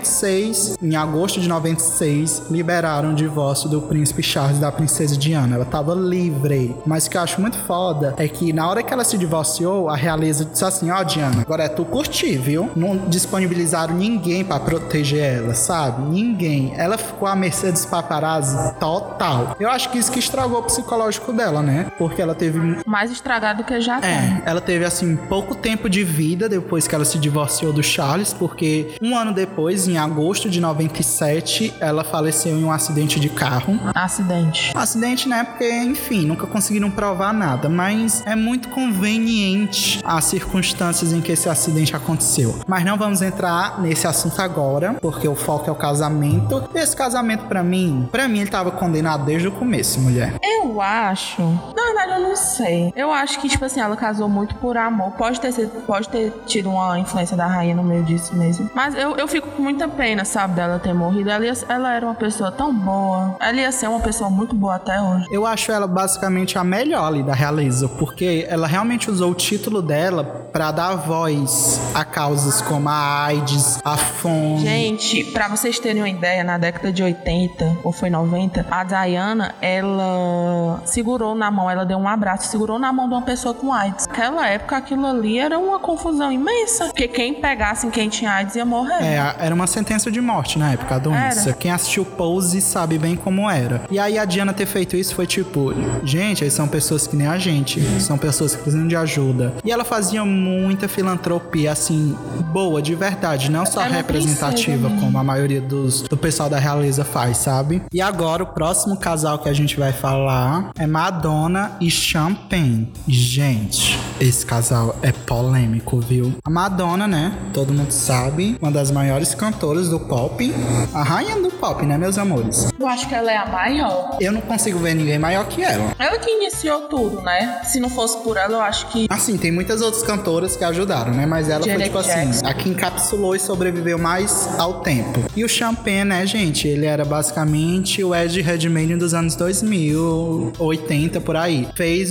96, em agosto de 96, liberaram o divórcio do príncipe Charles e da princesa Diana. Ela tava livre. Mas o que eu acho muito foda é que na hora que ela se divorciou, a realeza disse assim: Diana, agora é tu curtir, viu? Não disponibilizaram ninguém pra proteger ela, sabe? Ninguém. Ela ficou à mercê dos paparazzi total. Eu acho que isso que estragou o psicológico dela, né? Porque ela teve...
mais estragado que já tem.
Ela teve, assim, pouco tempo de vida depois que ela se divorciou do Charles, porque um ano depois, em agosto de 97, ela faleceu em um acidente de carro. Acidente, né? Porque, enfim, nunca conseguiram provar nada, mas é muito conveniente as circunstâncias em que esse acidente aconteceu. Mas não vamos entrar nesse assunto agora, porque o foco é o casamento. Esse casamento, pra mim, ele tava condenado desde o começo, mulher.
Eu acho... na verdade, eu não sei. Eu acho que, tipo assim, ela casou muito por amor. Pode ter tido uma influência da rainha no meio disso mesmo. Mas eu fico com muita pena, sabe, dela ter morrido. Ela era uma pessoa tão boa. Ela ia ser uma pessoa muito boa até hoje.
Eu acho ela basicamente a melhor ali da realeza, porque ela realmente usou o título dela pra dar voz a causas como a AIDS, a fome.
Gente, pra vocês terem uma ideia, na década de 80, ou foi 90, a Diana, ela ela segurou na mão, ela deu um abraço, segurou na mão de uma pessoa com AIDS. Naquela época, aquilo ali era uma confusão imensa, porque quem pegasse em quem tinha AIDS ia morrer.
Era uma sentença de morte na época, a doença. Quem assistiu Pose sabe bem como era. E aí a Diana ter feito isso foi tipo, gente, eles são pessoas que nem a gente, são pessoas que precisam de ajuda. E ela fazia muita filantropia, assim, boa, de verdade, não só representativa, como a maioria do pessoal da realeza faz, sabe? E agora o próximo casal que a gente vai falar é Madonna e Champagne. Gente, esse casal é polêmico, viu? A Madonna, né? Todo mundo sabe, uma das maiores cantoras do pop, a rainha do pop, né, meus amores?
Eu acho que ela é a maior.
Eu não consigo ver ninguém maior que ela.
Ela que iniciou tudo, né? Se não fosse por ela, eu acho que...
Assim, tem muitas outras cantoras que ajudaram, né? Mas ela foi, tipo assim, a que encapsulou e sobreviveu mais ao tempo. E o Champagne, né, gente? Ele era basicamente o Ed Redmayne dos anos 2000, 80, por aí. Fez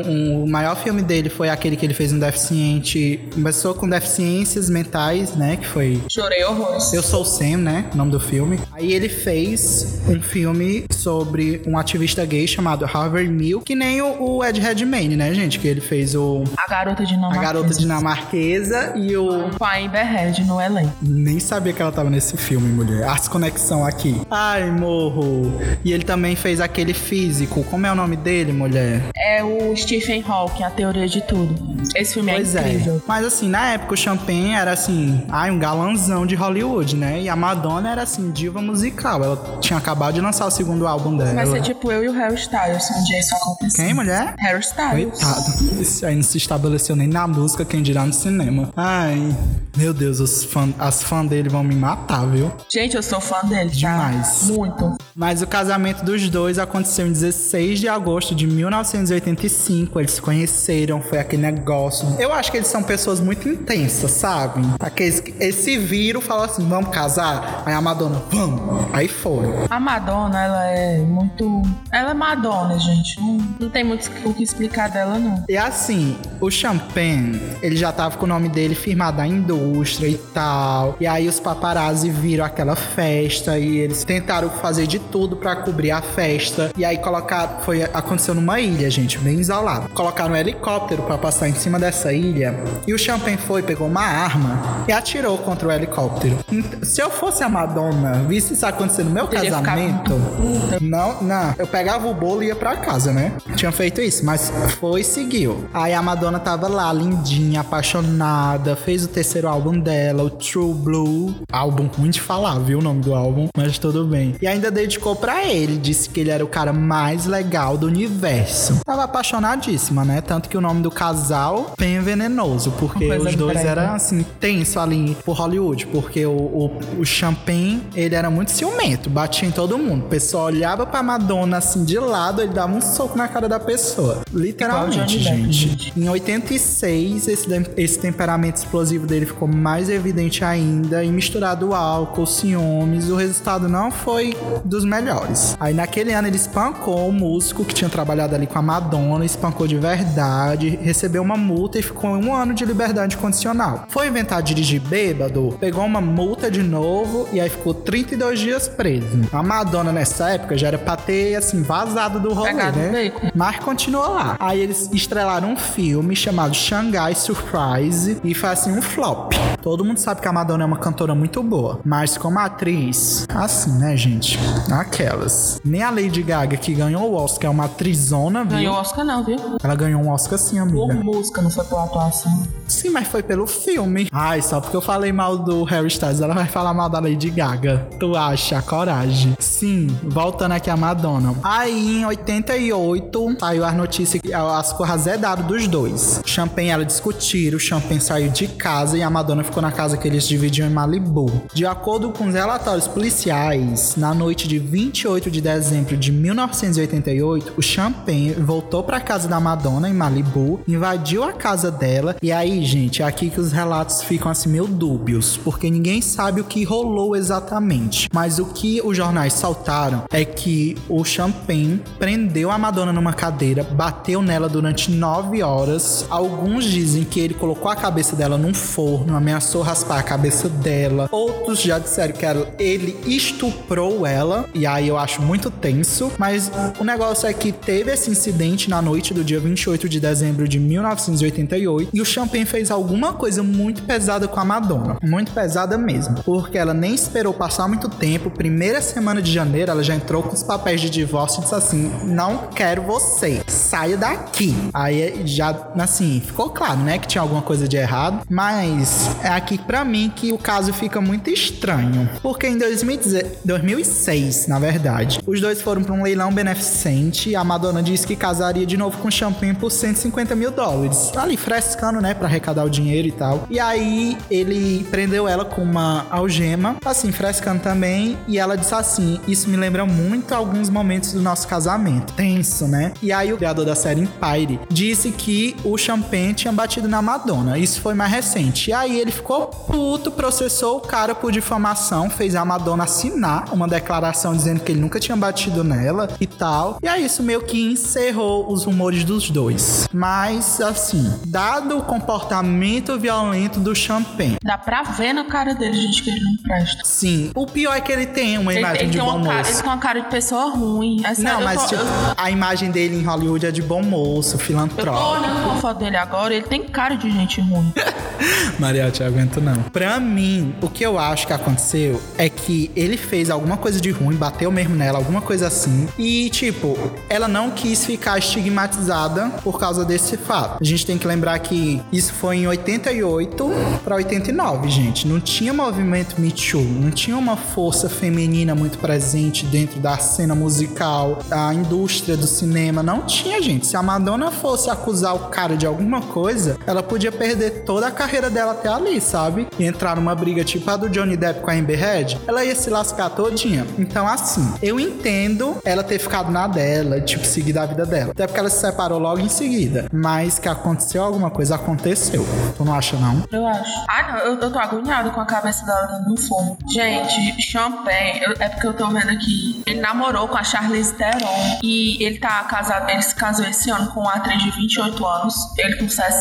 o maior filme dele foi aquele que ele fez um deficiente... Começou com deficiências mentais, né? Que foi...
Chorei horrores.
Eu Sou Sam, né? O nome do filme. Aí ele fez um filme sobre um ativista gay chamado Harvey Milk, que nem o Ed Redmayne, né, gente? Que ele fez
A Garota
Dinamarquesa e o...
Com a Amber Heard no elenco.
Nem sabia que ela tava nesse filme, mulher. As conexão aqui. Ai, morro. E ele também fez aquele Físico. Como é o nome dele, mulher?
É o Stephen Hawking, A Teoria de Tudo. Esse filme é incrível.
Mas assim, na época o Champagne era assim, um galanzão de Hollywood, né? E a Madonna era assim, diva musical. Ela tinha acabado de lançar o segundo álbum dela.
Vai ser tipo eu e o Harry Styles, um dia isso aconteceu.
Quem, mulher?
Harry Styles.
Coitado. Isso aí não se estabeleceu nem na música, quem dirá no cinema. Ai, meu Deus, as fãs dele vão me matar, viu?
Gente, eu sou fã dele, tá?
Demais.
Muito.
Mas o casamento dos dois aconteceu em 16 de agosto de 1985. Eles se conheceram, foi aquele negócio. Eu acho que eles são pessoas muito intensas, sabe? Aqueles que eles se viram e falaram assim, vamos casar? Aí a Madonna, vamos. Aí foram.
A Madonna, ela é muito... Ela é Madonna, gente. Não tem muito o que explicar dela, não.
E assim, o Champagne, ele já tava com o nome dele firmado na indústria e tal. E aí os paparazzi viram aquela festa e eles tentaram fazer de tudo pra cobrir a festa. E aí aconteceu numa ilha, gente, bem isolado. Colocaram um helicóptero pra passar em cima dessa ilha. E o Champagne pegou uma arma e atirou contra o helicóptero. Se eu fosse a Madonna, visse isso acontecer no meu casamento, não, eu pegava o bolo e ia pra casa, né? Tinha feito isso, mas foi e seguiu. Aí a Madonna tava lá, lindinha, apaixonada, fez o terceiro álbum dela, o True Blue. Álbum ruim de falar, viu o nome do álbum? Mas tudo bem. E ainda dedicou pra ele, disse que ele era o cara mais legal do universo. Tava apaixonadíssima, né? Tanto que o nome do casal, bem venenoso, porque os dois eram, assim, tenso ali por Hollywood, porque o Champagne, ele era muito ciumento, batia em todo mundo. O pessoal olhava pra Madonna, assim, de lado, ele dava um soco na cara da pessoa. Literalmente, gente. Em 86, esse temperamento explosivo dele ficou mais evidente ainda, e misturado álcool, ciúmes, o resultado não foi dos melhores. Aí naquele ano ele espancou o músico que tinha trabalhado ali com a Madonna, espancou de verdade, recebeu uma multa e ficou 1 ano de liberdade condicional. Foi inventar dirigir bêbado, pegou uma multa de novo e aí ficou 32 dias preso. A Madonna nessa época já era pra ter, assim, vazado do rolê, né? Mas continuou lá. Aí eles estrelaram um filme chamado Shanghai Surprise e foi, assim, um flop. Todo mundo sabe que a Madonna é uma cantora muito boa, mas como atriz, assim, né, gente? Aquelas. Nem a Lady Gaga, que ganhou o Oscar, é uma atrizona, viu?
Ganhou o Oscar não, viu?
Ela ganhou um Oscar sim, amiga.
Por música, não foi por atuação.
Sim, mas foi pelo filme. Ai, só porque eu falei mal do Harry Styles, ela vai falar mal da Lady Gaga. Tu acha? Coragem. Sim, voltando aqui a Madonna. Aí, em 88, saiu as notícias, as coisas azedadas dos dois. Champagne, ela discutiram, o Champagne saiu de casa e a Madonna ficou na casa que eles dividiam em Malibu. De acordo com os relatórios policiais, na noite de 28 de dezembro de 1988, o Champagne voltou pra casa da Madonna em Malibu, invadiu invadiu a casa dela. E aí, gente, é aqui que os relatos ficam assim meio dúbios, porque ninguém sabe o que rolou exatamente. Mas o que os jornais saltaram é que o Champagne prendeu a Madonna numa cadeira, bateu nela durante 9 horas. Alguns dizem que ele colocou a cabeça dela num forno, ameaçou raspar a cabeça dela. Outros já disseram que ele estuprou ela, e aí eu acho muito tenso. Mas o negócio é que teve esse incidente na noite do dia 28 de dezembro de 1988, e o Champagne fez alguma coisa muito pesada com a Madonna. Muito pesada mesmo, porque ela nem esperou passar muito tempo. Primeira semana de janeiro, ela já entrou com os papéis de divórcio e disse assim: não quero você, saia daqui. Aí já, assim, ficou claro, né, que tinha alguma coisa de errado. Mas é aqui pra mim que o caso fica muito estranho, porque em 2006, na verdade, os dois foram pra um leilão beneficente e a Madonna disse que casaria de novo com o Champagne por $150 mil. Ali frescando, né, pra arrecadar o dinheiro e tal. E aí ele prendeu ela com uma algema, assim, frescando também. E ela disse assim: isso me lembra muito alguns momentos do nosso casamento. Tenso, né? E aí o criador da série Empire disse que o Champagne tinha batido na Madonna. Isso foi mais recente. E aí ele ficou puto, processou o cara por difamação, fez a Madonna assinar uma declaração dizendo que ele nunca tinha batido nela e tal. E aí isso meio que encerrou os rumores dos dois. Mas, assim, dado o comportamento violento do Champagne,
dá pra ver na cara dele, gente, que ele não presta.
Sim. O pior é que ele tem uma imagem de bom moço.
Ele tem uma cara de pessoa ruim.
Não, mas a imagem dele em Hollywood é de bom moço, filantrópico.
Eu tô olhando a foto dele agora, ele tem cara de gente ruim.
Maria, eu te aguento não. Pra mim, o que eu acho que aconteceu é que ele fez alguma coisa de ruim, bateu mesmo nela, alguma coisa assim. E, tipo, ela não quis ficar estigmatizada por causa desse fato. A gente tem que lembrar que isso foi em 88 pra 89, gente. Não tinha movimento Me Too, não tinha uma força feminina muito presente dentro da cena musical, da indústria do cinema. Não tinha, gente. Se a Madonna fosse acusar o cara de alguma coisa, ela podia perder toda a carreira dela até ali, sabe? E entrar numa briga tipo a do Johnny Depp com a Amber Heard, ela ia se lascar todinha. Então, assim, eu entendo ela ter ficado na dela, tipo, seguir da vida dela. Até porque ela se separou logo em seguida. Mas que aconteceu alguma coisa, aconteceu. Tu não acha, não?
Eu acho. Ah, não, eu tô agoniada com a cabeça dela dentro do forno. Gente, Champagne, é porque eu tô vendo aqui, ele namorou com a Charlize Theron e ele tá casado, ele se casou esse ano com uma atriz de 28 anos, ele com 60.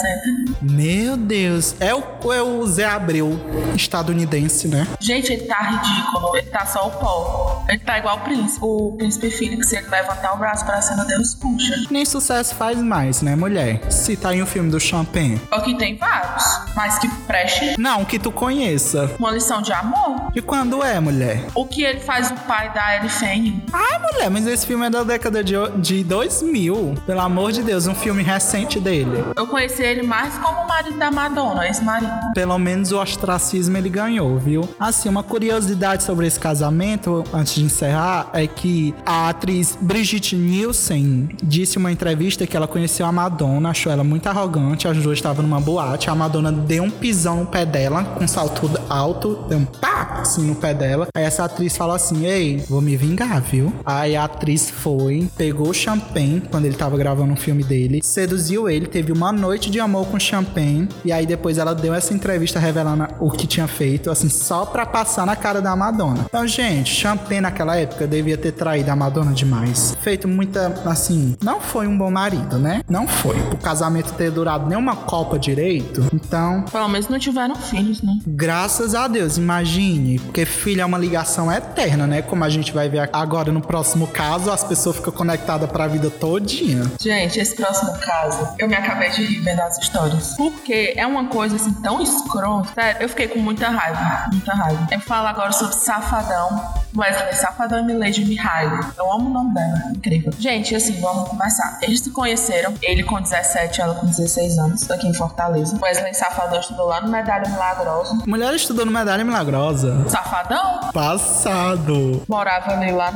Meu Deus, é o Zé Abreu estadunidense, né?
Gente, ele tá ridículo, ele tá só o pó. Ele tá igual o príncipe Philip, se ele levantar o braço pra cima, Deus puxa.
Nem sucesso faz mais, né, mulher? Se tá em um filme do Champagne.
Aqui tem vários, mas que preste.
Não, que tu conheça.
Uma Lição de Amor.
E quando é, mulher?
O que ele faz o pai da Ellie Fanning.
Ah, mulher, mas esse filme é da década de 2000. Pelo amor de Deus, um filme recente dele.
Eu conheci ele mais como o marido da Madonna, ex-marido.
Pelo menos o ostracismo ele ganhou, viu? Assim, uma curiosidade sobre esse casamento, antes de encerrar, é que a atriz Brigitte Nielsen disse em uma entrevista que ela conheceu a Madonna, achou ela muito arrogante, as duas estavam numa boate, a Madonna deu um pisão no pé dela, com um salto alto, deu um pá, assim, no pé dela. Aí essa atriz falou assim: ei, vou me vingar, viu? Aí a atriz foi, pegou o Champagne, quando ele tava gravando um filme dele, seduziu ele, teve uma noite de amor com o Champagne, e aí depois ela deu essa entrevista revelando o que tinha feito, assim, só pra passar na cara da Madonna. Então, gente, Champagne naquela época devia ter traído a Madonna demais. Feito muita, assim, não foi um bom marido, né? Não foi. O casamento ter durado nem uma copa direito, então...
Pelo menos não tiveram filhos, né?
Graças a Deus, imagine, porque filho é uma ligação eterna, né? Como a gente vai ver agora no próximo caso, as pessoas ficam conectadas pra vida todinha.
Gente, esse próximo caso, eu me acabei de rir vendo as histórias. Porque é uma coisa, assim, tão escrota. Sério, eu fiquei com muita raiva. Muita raiva. Eu falo agora sobre Safadão. Wesley Safadão e Milady Mihaly. Eu amo o nome dela, incrível. Gente, assim, vamos começar. Eles se conheceram, ele com 17, ela com 16 anos, aqui em Fortaleza. Wesley Safadão estudou lá no Medalha Milagrosa.
Mulher estudou no Medalha Milagrosa?
Safadão?
Passado.
Morava ali lá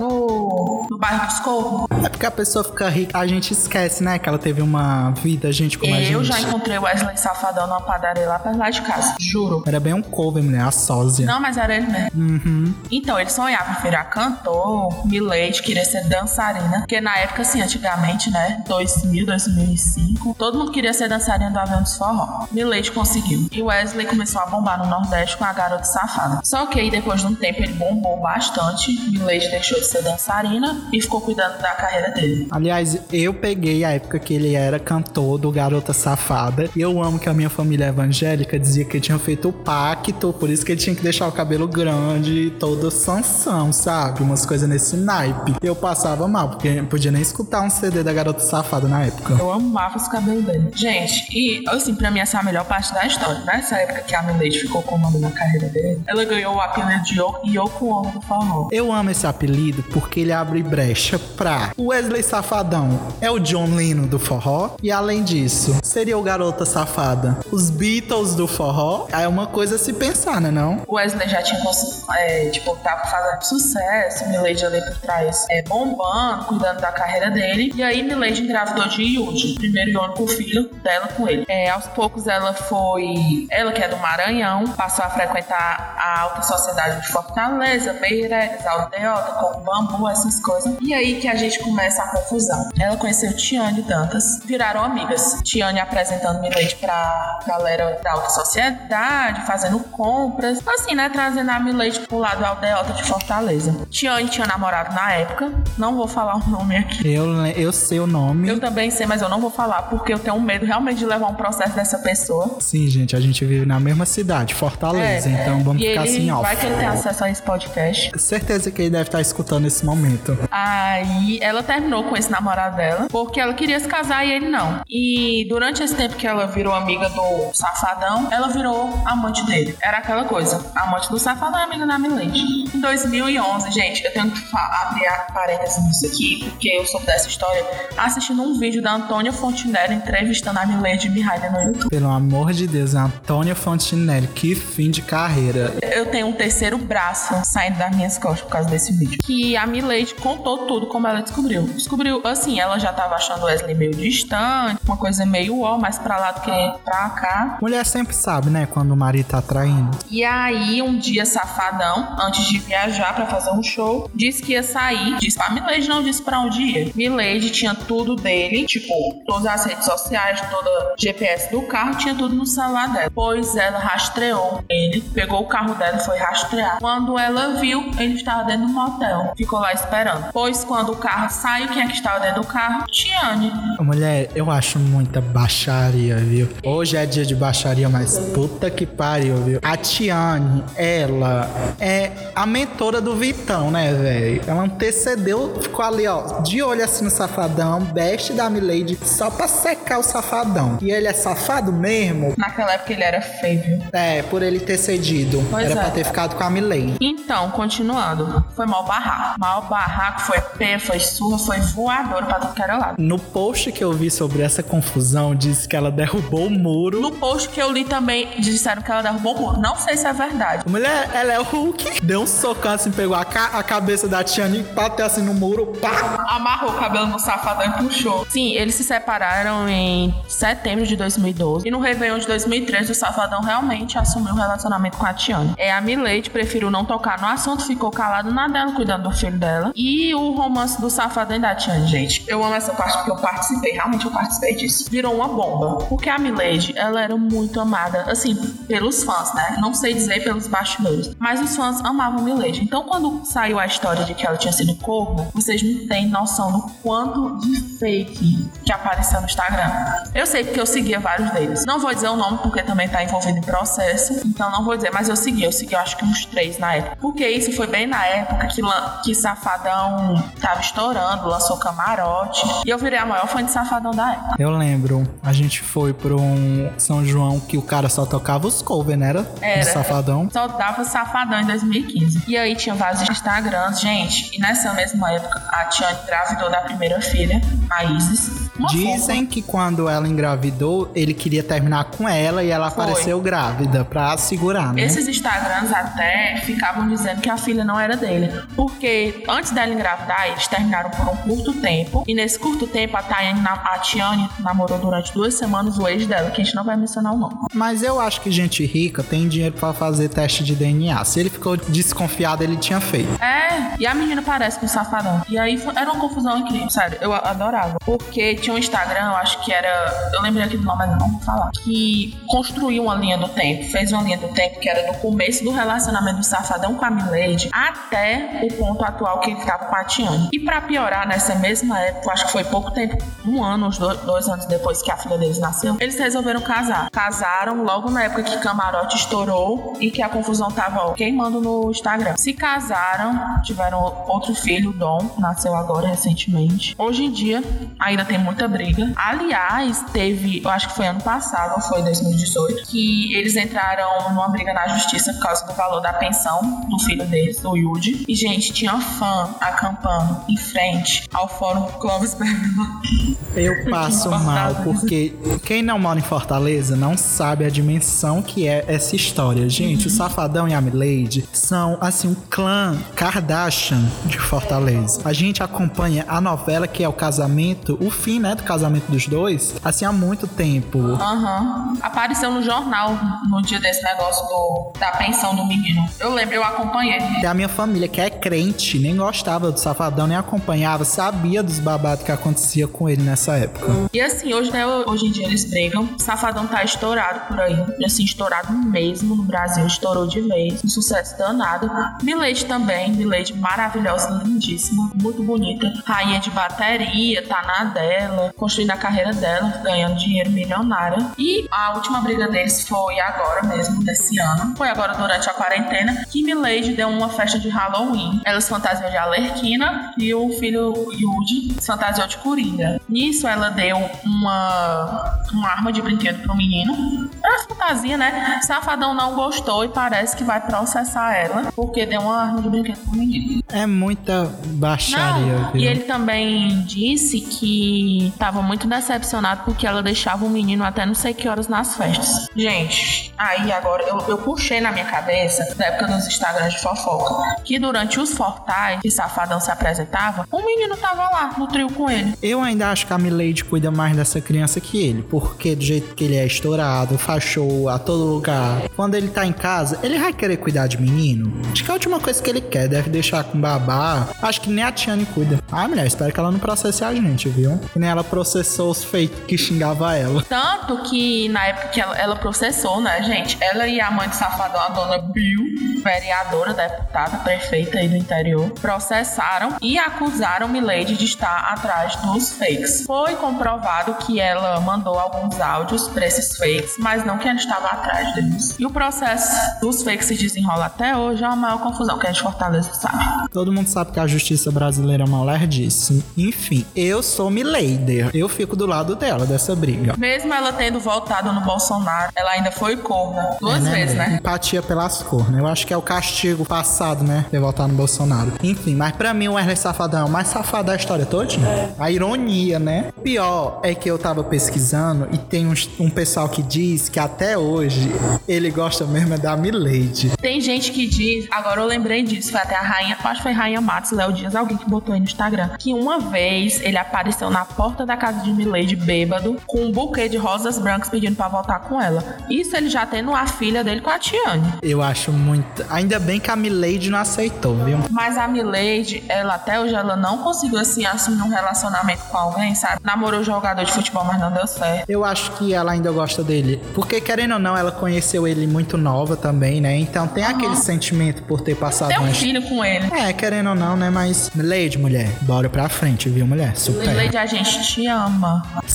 no bairro dos Corvos.
É porque a pessoa fica rica, a gente esquece, né, que ela teve uma vida, gente, como a gente.
Eu já encontrei Wesley Safadão numa padaria lá perto lá de casa, juro.
Era bem um cover, mulher, a sósia.
Não, mas era ele mesmo.
Uhum.
Então, ele sonhava virar cantor, Milady queria ser dançarina, porque na época, assim, antigamente, né, 2000, 2005, todo mundo queria ser dançarina do Avião dos Forró. Milady conseguiu. E Wesley começou a bombar no Nordeste com a Garota Safada. Só que aí, depois de um tempo, ele bombou bastante. Milady deixou de ser dançarina e ficou cuidando da carreira dele.
Aliás, eu peguei a época que ele era cantor do Garota Safada. E eu amo que a minha família evangélica dizia que ele tinha feito o pacto, por isso que ele tinha que deixar o cabelo grande, todo Sansão, sabe? Umas coisas nesse naipe. Eu passava mal, porque não podia nem escutar um CD da Garota Safada na época.
Eu amava esse cabelo dele. Gente, e assim, pra mim essa é a melhor parte da história. Nessa época que a Milady ficou comandando a carreira dele, ela ganhou o apelido de Yoko Ono do forró.
Eu amo esse apelido porque ele abre brecha pra Wesley Safadão é o John Lennon do forró, e além disso, seria o Garota Safada os Beatles do forró. É uma coisa a se pensar, né não?
O Wesley já tinha tava fazendo sucesso, Milady ali por trás bombando, cuidando da carreira dele, e aí Milady engravidou de Yudi, primeiro e único filho dela com ele. Aos poucos ela que é do Maranhão, passou a frequentar a alta sociedade de Fortaleza, Meireles, Aldeota, Coco Bambu, essas coisas. E aí que a gente começa a confusão. Ela conheceu Tiane Dantas, viraram amigas. Tiane apresentando Milady pra galera da alta sociedade, fazendo compras, assim, né, trazendo a Milady pro lado Aldeota de Fortaleza. Tiane tinha namorado na época, não vou falar o nome aqui.
Eu sei o nome.
Eu também sei, mas eu não vou falar porque eu tenho medo realmente de levar um processo dessa pessoa.
Sim, gente, a gente vive na mesma cidade, Fortaleza, então vamos ficar assim, ó.
Vai que ele tem acesso a esse podcast.
Certeza que ele deve estar escutando nesse momento.
Aí ela terminou com esse namorado dela porque ela queria se casar e ele não. E durante esse tempo que ela virou amiga do Safadão, ela virou amante dele. Era aquela coisa, amante do Safadão é amiga da Milady. Em 2011, gente, eu tenho que abrir parênteses nisso aqui, porque eu soube dessa história assistindo um vídeo da Antônia Fontinelli entrevistando a Milady Mihaly no YouTube.
Pelo amor de Deus, Antônia Fontinelli, que fim de carreira.
Eu tenho um terceiro braço saindo das minhas costas por causa desse vídeo. Que a Milady contou tudo como ela descobriu. Descobriu, assim, ela já tava achando Wesley meio distante, uma coisa meio mais pra lá do que pra cá.
Mulher sempre sabe, né, quando o marido tá traindo.
E aí, um dia, Safadão, antes de viajar pra fazer um show, disse que ia sair. Disse pra Milady, não disse pra onde ia. Milady tinha tudo dele, tipo, todas as redes sociais, toda GPS do carro, tinha tudo no celular dela. Pois ela rastreou ele, pegou o carro dela e foi rastrear. Quando ela viu, ele estava dentro do motel. Ficou lá esperando. Pois quando o carro saiu, quem é que estava dentro do carro? Tiane.
Mulher, eu acho muita baixaria, viu? Hoje é dia de baixaria, mas puta que pariu, viu? A Tiane, ela é a mentora do Vitão, né, velho? Ela antecedeu, ficou ali, ó, de olho assim no Safadão, best da Milady, só pra secar o Safadão. E ele é safado mesmo?
Naquela época ele era feio, viu?
Por ele ter cedido. Era pra ter ficado com a Milady.
Então, continuando. Foi mal barraco, foi pé, foi surra, foi voadora pra tudo que era lado.
No post que eu vi sobre essa confusão, disse que ela derrubou o muro.
No post que eu li também, disseram que ela derrubou o muro. Não sei se é verdade.
Mulher, ela é o Hulk. Deu um socão assim, pegou a cabeça da Tiane, bateu assim no muro, pá.
Amarrou o cabelo no Safadão e puxou. Sim, eles se separaram em setembro de 2012. E no Réveillon de 2013, o Safadão realmente assumiu o relacionamento com a Tiane. A Milady preferiu não tocar no assunto, ficou calado na dela, cuidando do filho dela. E o romance do Safadão e da Tiane, gente. Eu amo essa parte porque eu participei disso. Virou uma bomba. Porque a Milady, ela era muito amada, assim, pelos fãs, né? Não sei dizer pelos bastidores. Mas os fãs amavam a Milady. Então, quando saiu a história de que ela tinha sido corno, vocês não têm noção do quanto de fake que apareceu no Instagram. Eu sei porque eu seguia vários deles. Não vou dizer o nome porque também tá envolvido em processo. Então não vou dizer, mas eu segui eu acho que uns 3 na época. Porque isso foi bem na época que Safadão tava estourando, lançou Camarote. E eu virei a maior fã de Safadão da época.
Eu lembro, a gente foi pra um São João que o cara só tocava os covers, né? Era. Do Safadão.
Só dava Safadão em 2015. E aí tinha vários Instagrams, gente. E nessa mesma época, a Tiane engravidou da primeira filha, a Isis.
Dizem que quando ela engravidou, ele queria terminar com ela e ela apareceu grávida pra segurar, né?
Esses Instagrams até ficavam dizendo que a filha não era dele. Porque antes dela engravidar, eles terminaram por um curto tempo. E nesse curto tempo, a Tiane namorou durante 2 semanas o ex dela, que a gente não vai mencionar o nome.
Mas eu acho que gente rica tem dinheiro pra fazer teste de DNA. Se ele ficou desconfiado, ele tinha feito.
E a menina parece com um safadão. E aí era uma confusão incrível, sério. Eu adorava. Porque tinha um Instagram, eu acho que era... Eu lembrei aqui do nome, mas não vou falar. Que construiu uma linha do tempo. Fez uma linha do tempo que era do começo do relacionamento do safadão com a Milady até o ponto atual que ele ficava com a Tiane. E pra piorar, nessa mesma época, acho que foi pouco tempo, 1 ano, uns 2 anos depois que a filha deles nasceu, eles resolveram casar. Casaram logo na época que Camarote estourou e que a confusão tava queimando no Instagram. Se casaram, tiveram outro filho, o Dom, nasceu agora recentemente. Hoje em dia, ainda tem muita briga. Aliás, teve, eu acho que foi ano passado, ou foi 2018, que eles entraram numa briga na justiça por causa do valor da pensão do filho deles, do Yudi. E, gente, tinha fã acampando em frente ao Fórum Clóvis Bergman.
Eu passo mal, porque quem não mora em Fortaleza não sabe a dimensão que é essa história. Gente, o Safadão e a Milady são, assim, um clã Kardashian de Fortaleza. A gente acompanha a novela que é o casamento, o fim, né, do casamento dos dois, assim, há muito tempo.
Apareceu no jornal no dia desse negócio da pensão do menino. Eu lembro, eu acompanhei.
E a minha família, que é crente, nem gostava do Safadão, nem acompanhava, sabia dos babados que acontecia com ele nessa época.
E assim, hoje em dia eles brigam. O Safadão tá estourado por aí. Assim, estourado mesmo no Brasil. Estourou de vez. Um sucesso danado. Milady também. Milady maravilhosa, lindíssima. Muito bonita. Rainha de bateria, tá na dela. Construindo a carreira dela. Ganhando dinheiro milionário. E a última briga deles foi agora mesmo, desse ano. Foi agora durante a quarentena. Que Milady deu uma festa de Halloween. Ela se fantasiou de Arlequina. E o filho Yudi se fantasiou de Coringa. Nisso ela deu uma arma de brinquedo pro menino. Era fantasia, né? Safadão não gostou e parece que vai processar ela porque deu uma arma de brinquedo pro menino.
É muita baixaria, viu?
E ele também disse que tava muito decepcionado porque ela deixava o menino até não sei que horas nas festas. Gente, aí agora eu puxei na minha cabeça da época dos Instagrams de fofoca que durante os fortais que Safadão se apresentava, o menino tava lá no trio com ele.
Eu ainda acho que a Milady cuida mais dessa criança que ele, porque do jeito que ele é estourado, faz show a todo lugar, quando ele tá em casa, ele vai querer cuidar de menino? Acho que a última coisa que ele quer deve deixar com babá. Acho que nem a Tiane cuida. Mulher, espero que ela não processe a gente, viu? Que nem ela processou os fake que xingava ela.
Tanto que na época que ela processou, né, gente? Ela e a mãe de Safadão, a dona Bill, vereadora, deputada, prefeita aí do interior, processaram e acusaram Milady de estar atrás dos fakes. Foi comprovado que ela mandou alguns áudios pra esses fakes, mas não que ela estava atrás deles. E o processo dos fakes se desenrola até hoje, é uma maior confusão que a gente Fortaleza sabe.
Todo mundo sabe que a justiça brasileira é malerdíssima. Enfim, eu sou Milady. Eu fico do lado dela, dessa briga.
Mesmo ela tendo votado no Bolsonaro, ela ainda foi corna 2 vezes, né?
Empatia pelas cornas. Eu acho que é o castigo passado, né? Ter votado no Bolsonaro. Enfim, mas pra mim o Wesley Safadão é o mais safado da história toda. A ironia, né? O pior é que eu tava pesquisando e tem um pessoal que diz que até hoje ele gosta mesmo é da Milady.
Tem gente que diz, agora eu lembrei disso, foi até a rainha, acho que foi Rainha Matos, Léo Dias, alguém que botou aí no Instagram, que uma vez ele apareceu na porta da casa de Milady bêbado, com um buquê de rosas brancas pedindo pra voltar com ela. Isso ele já tendo a filha dele com a Tiane.
Eu acho muito... Ainda bem que a Milady não aceitou, viu?
Mas a Milady, ela até hoje, ela não conseguiu, assim, assumir um relacionamento com alguém, sabe? Namorou jogador de futebol, mas não deu certo.
Eu acho que ela ainda gosta dele. Porque, querendo ou não, ela conheceu ele muito nova também, né? Então tem aquele sentimento por ter passado...
Tem um filho com ele.
É, querendo ou não, né? Mas, Milady, mulher, bora pra frente, viu, mulher? Super.
Milady, a gente te ama.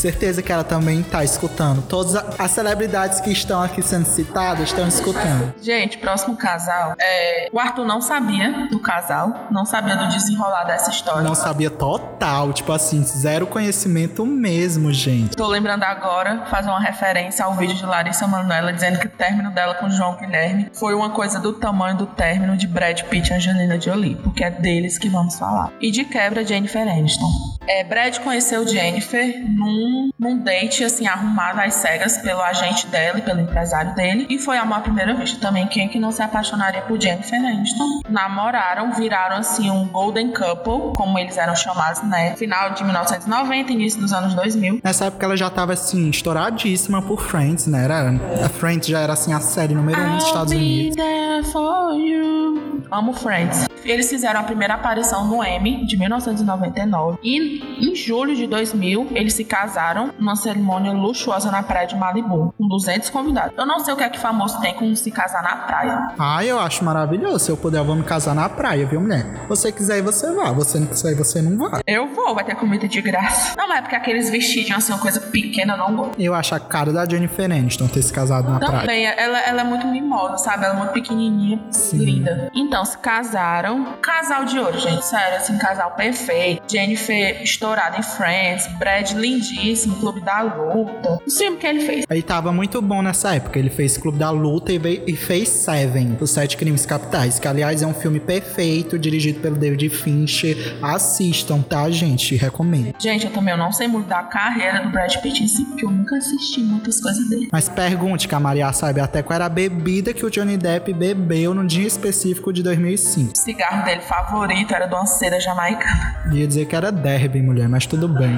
certeza que ela também tá escutando. Todas as celebridades que estão aqui sendo citadas estão escutando.
Gente, próximo casal. O Arthur não sabia do casal, não sabia do desenrolar dessa história.
Não sabia total, tipo assim, zero conhecimento mesmo, gente.
Tô lembrando agora, fazer uma referência ao vídeo de Larissa Manoela dizendo que o término dela com João Guilherme foi uma coisa do tamanho do término de Brad Pitt e Angelina Jolie, porque é deles que vamos falar. E de quebra, Jennifer Aniston. Brad conheceu Jennifer num date, assim, arrumado às cegas pelo agente dela e pelo empresário dele. E foi amor à primeira vista também. Quem que não se apaixonaria por Jennifer Aniston? Namoraram, viraram, assim, um golden couple, como eles eram chamados, né? Final de 1990, início dos anos 2000.
Nessa época ela já tava, assim, estouradíssima por Friends, né? A Friends já era, assim, a série número 1 dos Estados Unidos.
There for you. Amo Friends. Eles fizeram a primeira aparição no Emmy de 1999 e em julho de 2000 eles se casaram numa cerimônia luxuosa na praia de Malibu, com 200 convidados. Eu não sei o que é que famoso tem com se casar na praia.
Eu acho maravilhoso. Se eu puder, eu vou me casar na praia, viu, mulher? Você quiser ir, você vá. Você não quiser ir, você não vá.
Eu vou, vai ter comida de graça. Não, mas é porque aqueles vestidinhos assim, uma coisa pequena, eu não gosto.
Eu acho a cara da Jennifer Aniston ter se casado na praia.
Também, ela é muito mimosa, sabe? Ela é muito pequenininha, linda. Então, se casaram. Casal de ouro, gente, sério, assim, casal perfeito. Jennifer estourada em Friends, Brad lindíssimo, Clube da Luta. O filme que ele fez.
Ele tava muito bom nessa época. Ele fez Clube da Luta e fez Seven, Os 7 Crimes Capitais, que aliás é um filme perfeito, dirigido pelo David Fincher. Assistam, tá, gente? Recomendo.
Gente, eu não sei muito da carreira do Brad Pitt em si, porque eu nunca assisti muitas coisas dele.
Mas pergunte, que a Maria sabe até qual era a bebida que o Johnny Depp bebeu no dia específico de 2005.
O cigarro dele favorito era de uma cera jamaicana.
Ia dizer que era Derby, mulher, mas tudo bem.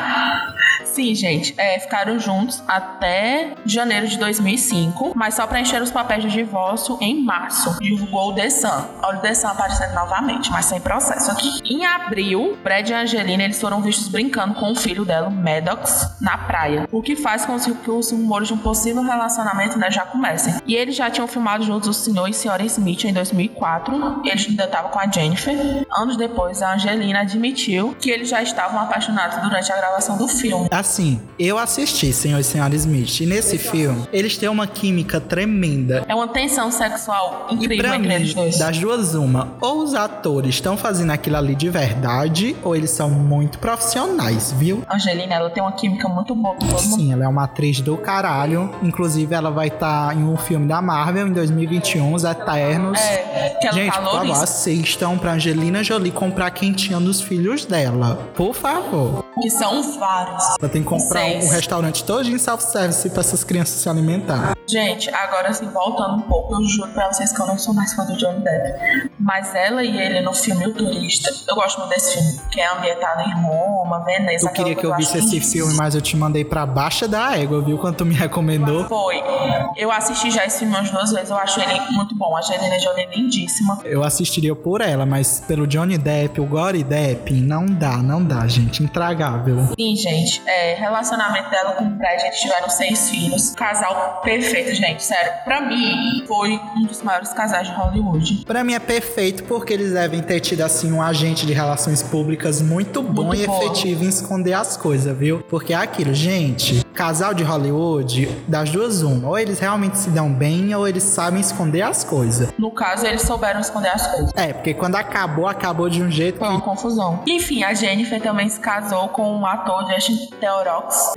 Sim, gente, ficaram juntos até janeiro de 2005, mas só preencheram os papéis de divórcio em março. Divulgou o The Sun. Olha o The Sun aparecendo novamente, mas sem processo aqui. Em abril, Brad e Angelina, eles foram vistos brincando com o filho dela, Maddox, na praia, o que faz com que os rumores de um possível relacionamento, né, já comecem. E eles já tinham filmado juntos o Sr. e Sra. Smith em 2004. Eles ainda estavam com a Jennifer. Anos depois, a Angelina admitiu que eles já estavam apaixonados durante a gravação do filme.
Assim, eu assisti Sr. e Sra. Smith, e nesse filme eles têm uma química tremenda.
É uma tensão sexual incrível entre eles dois.
Das duas, ou os atores estão fazendo aquilo ali de verdade, ou eles são muito profissionais, viu?
Angelina, ela tem uma química muito boa com todo mundo.
Sim, ela é uma atriz do caralho. Inclusive, ela vai estar em um filme da Marvel em 2021, Os Eternos.
Que ela
gente,
falou
por favor,
isso.
assistam pra Angelina Jolie comprar quentinha dos filhos dela. Por favor.
Que são vários.
Ela tem que comprar um restaurante todo em self-service pra essas crianças se alimentar.
Gente, agora assim, voltando um pouco, eu juro pra vocês que eu não sou mais fã do Johnny Depp. Mas ela e ele no filme O Turista, eu gosto muito desse filme, que é ambientado em Roma, Veneza.
Tu queria que eu visse esse filme, mas eu te mandei pra baixa da égua, viu? Quando tu me recomendou.
Foi. Eu assisti já esse filme umas 2 vezes, eu acho ele muito bom. A Angelina Jolie é lindíssima.
Eu assistiria por ela, mas pelo Johnny Depp, o Gory Depp, não dá, gente. Intragável.
Sim, gente. Relacionamento dela com o Brad, eles tiveram 6 filhos. Casal perfeito, gente. Sério, pra mim, foi um dos maiores casais de Hollywood.
Pra mim é perfeito porque eles devem ter tido, assim, um agente de relações públicas muito bom e efetivo em esconder as coisas, viu? Porque é aquilo, gente, casal de Hollywood, das duas uma, ou eles realmente se dão bem ou eles sabem esconder as coisas.
No caso, eles souberam esconder as coisas.
Porque quando acabou de um jeito
foi uma confusão. Enfim, a Jennifer também se casou com um ator, Justin Theroux.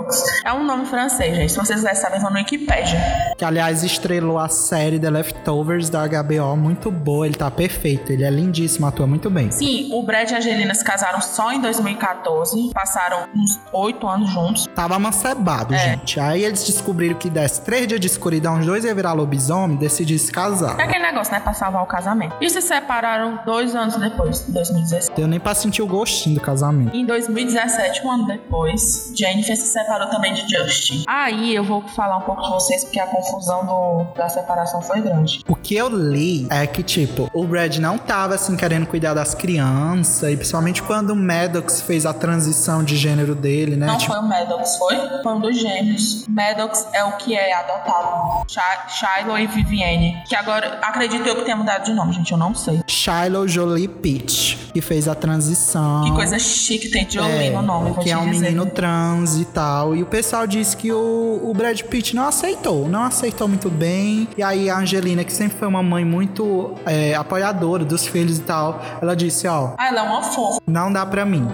É um nome francês, gente. Se vocês quiserem saber, vão no Wikipedia.
Que, aliás, estrelou a série The Leftovers da HBO, muito boa, ele tá perfeito, ele é lindíssimo, atua muito bem.
Sim, o Brad e a Angelina se casaram só em 2014, passaram uns 8 anos juntos.
Tava amancebado, gente. Aí eles descobriram que desse 3 dias de escuridão, os dois iam virar lobisomem, decidiram se casar.
É aquele negócio, né, pra salvar o casamento. E se separaram 2 anos depois, em 2016.
Deu nem pra sentir o gostinho do casamento.
Em 2017, um ano depois, Jennifer se separou também de Justin. Aí eu vou falar um pouco de vocês, porque a confusão da separação foi grande.
O que eu li é que, tipo, o Brad não tava, assim, querendo cuidar das crianças, e principalmente quando o Maddox fez a transição de gênero dele, né?
Não foi o Maddox, foi? foi um dos gêmeos. Maddox é o que é adotado. Shiloh e Vivienne. Que agora, acredito eu que tenha mudado de nome, gente, eu não sei.
Shiloh Jolie Pitt, que fez a transição.
Que coisa chique, tem Jolie no nome, vou
que
te
é um
dizer.
menino trans e tal. E o pessoal disse que o Brad Pitt não aceitou muito bem. E aí a Angelina, que sempre foi uma mãe muito apoiadora dos filhos e tal, ela disse, ó...
ela é uma fofa.
Não dá pra mim.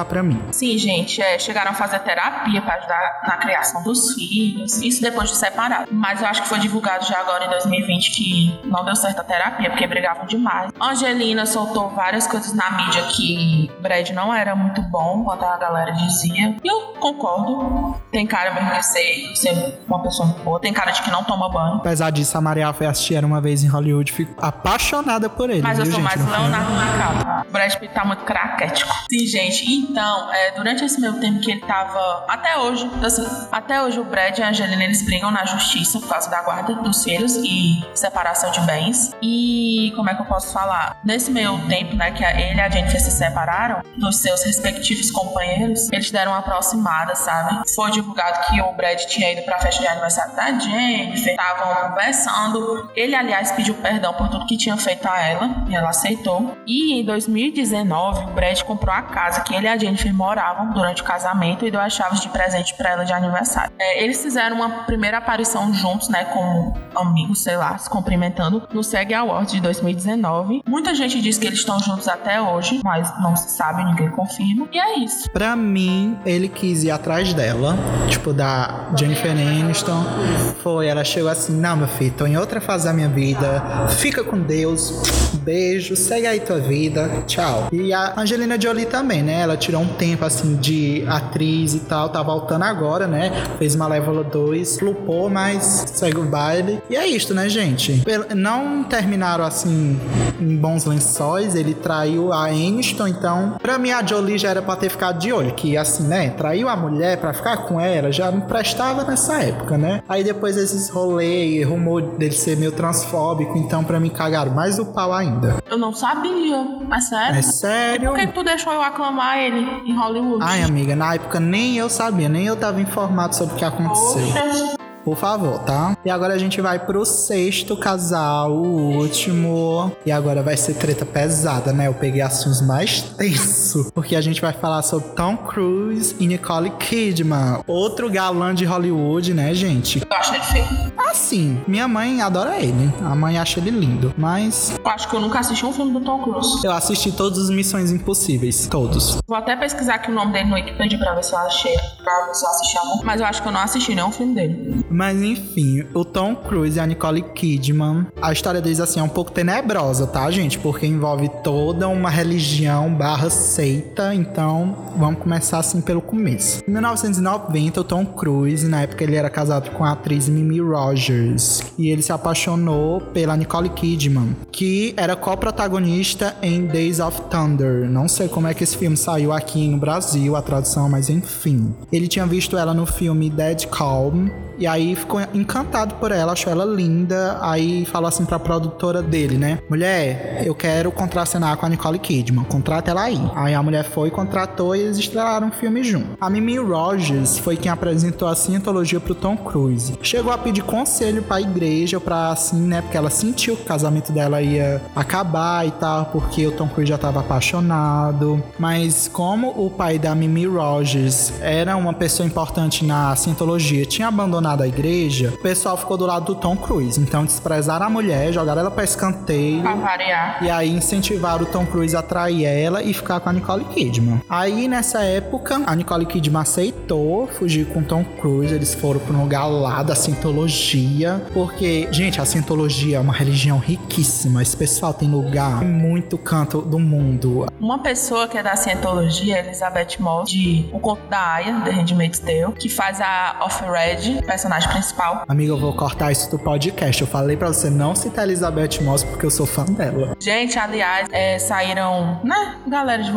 Sim, gente, chegaram a fazer terapia pra ajudar na criação dos filhos. Isso depois de separado. Mas eu acho que foi divulgado já agora em 2020 que não deu certo a terapia, porque brigavam demais. Angelina soltou várias coisas na mídia que Brad não era muito bom, quanto a galera dizia. E eu concordo. Tem cara mesmo de ser uma pessoa muito boa. Tem cara de que não toma banho.
Apesar disso, a Maria foi assistir Era Uma Vez em Hollywood, fico apaixonada por ele.
Mas
viu,
eu sou
gente,
mais Leonardo DiCaprio. O Brad Pitt tá muito craquético. Sim, gente. Então, durante esse meio tempo que ele tava... Até hoje o Brad e a Angelina, eles brigam na justiça por causa da guarda dos filhos e separação de bens. E como é que eu posso falar? Nesse meio tempo, né, que ele e a Jennifer se separaram dos seus respectivos companheiros, eles deram uma aproximada, sabe? Foi divulgado que o Brad tinha ido pra festa de aniversário da Jennifer, estavam conversando. Ele, aliás, pediu perdão por tudo que tinha feito a ela, e ela aceitou. E em 2019, o Brad comprou a casa que ele e a Jennifer moravam durante o casamento e deu as chaves de presente pra ela de aniversário. Eles fizeram uma primeira aparição juntos, né, como amigos, sei lá, se cumprimentando no SEG Awards de 2019. Muita gente diz que eles estão juntos até hoje, mas não se sabe, ninguém confirma. E é isso.
Pra mim, ele quis ir atrás dela, tipo, da Jennifer Aniston. Ela chegou assim, não, meu filho, tô em outra fase da minha vida, fica com Deus, beijo, segue aí tua vida, tchau. E a Angelina Jolie também, né, ela tirou um tempo, assim, de atriz e tal, tá voltando agora, né, fez Malévola 2, flopou, mas segue o baile. E é isto, né, gente? Não terminaram, assim, em bons lençóis, ele traiu a Aniston, então, pra mim, a Jolie já era pra ter ficado de olho, que, assim, né, traiu a mulher pra ficar com ela, já não prestava nessa época, né? Aí depois esses rolês, rumor dele ser meio transfóbico, então pra mim cagaram mais o pau ainda.
Eu não sabia, é sério?
É sério?
Por que tu deixou eu aclamar ele em Hollywood?
Ai, amiga, na época nem eu sabia, nem eu tava informado sobre o que aconteceu.
Poxa.
Por favor, tá? E agora a gente vai pro sexto casal, o último. E agora vai ser treta pesada, né? Eu peguei assuntos mais tensos. Porque a gente vai falar sobre Tom Cruise e Nicole Kidman. Outro galã de Hollywood, né, gente?
Eu acho ele feio.
Assim, minha mãe adora ele. A mãe acha ele lindo. Mas
Eu acho que eu nunca assisti um filme do Tom Cruise.
eu assisti todos os Missões Impossíveis. Todos.
Vou até pesquisar aqui o nome dele no Wikipedia pra ver se eu achei. Pra ver se eu assisti algum. Mas eu acho que eu não assisti nenhum filme dele.
Mas enfim, o Tom Cruise e a Nicole Kidman, a história deles assim é um pouco tenebrosa, tá, gente? Porque envolve toda uma religião / seita, então vamos começar assim pelo começo. Em 1990, o Tom Cruise, na época ele era casado com a atriz Mimi Rogers, e ele se apaixonou pela Nicole Kidman, que era co-protagonista em Days of Thunder. Não sei como é que esse filme saiu aqui no Brasil, a tradução, mas enfim. Ele tinha visto ela no filme Dead Calm, e aí ficou encantado por ela, achou ela linda. Aí falou assim pra produtora dele, né? Mulher, eu quero contracenar com a Nicole Kidman, contrata ela aí. Aí a mulher foi, contratou e eles estrelaram um filme junto. A Mimi Rogers foi quem apresentou a cientologia pro Tom Cruise. Chegou a pedir conselho pra igreja, pra assim, né? Porque ela sentiu que o casamento dela ia acabar e tal, porque o Tom Cruise já tava apaixonado. Mas como o pai da Mimi Rogers era uma pessoa importante na cientologia, tinha abandonado a igreja, o pessoal ficou do lado do Tom Cruise. Então desprezaram a mulher, jogaram ela pra escanteio.
Pra variar.
E aí incentivaram o Tom Cruise a trair ela e ficar com a Nicole Kidman. Aí nessa época, a Nicole Kidman aceitou fugir com o Tom Cruise. Eles foram pra um lugar lá da cientologia. Porque, gente, a cientologia é uma religião riquíssima. Esse pessoal tem lugar em muito canto do mundo.
Uma pessoa que é da cientologia, Elizabeth Moss, de O Conto da Aya, The Handmaid's Tale, que faz a Offred, personagem principal.
Amiga, eu vou cortar isso do podcast. Eu falei pra você não citar Elizabeth Moss porque eu sou fã dela.
Gente, aliás, saíram, né? Galera divulgou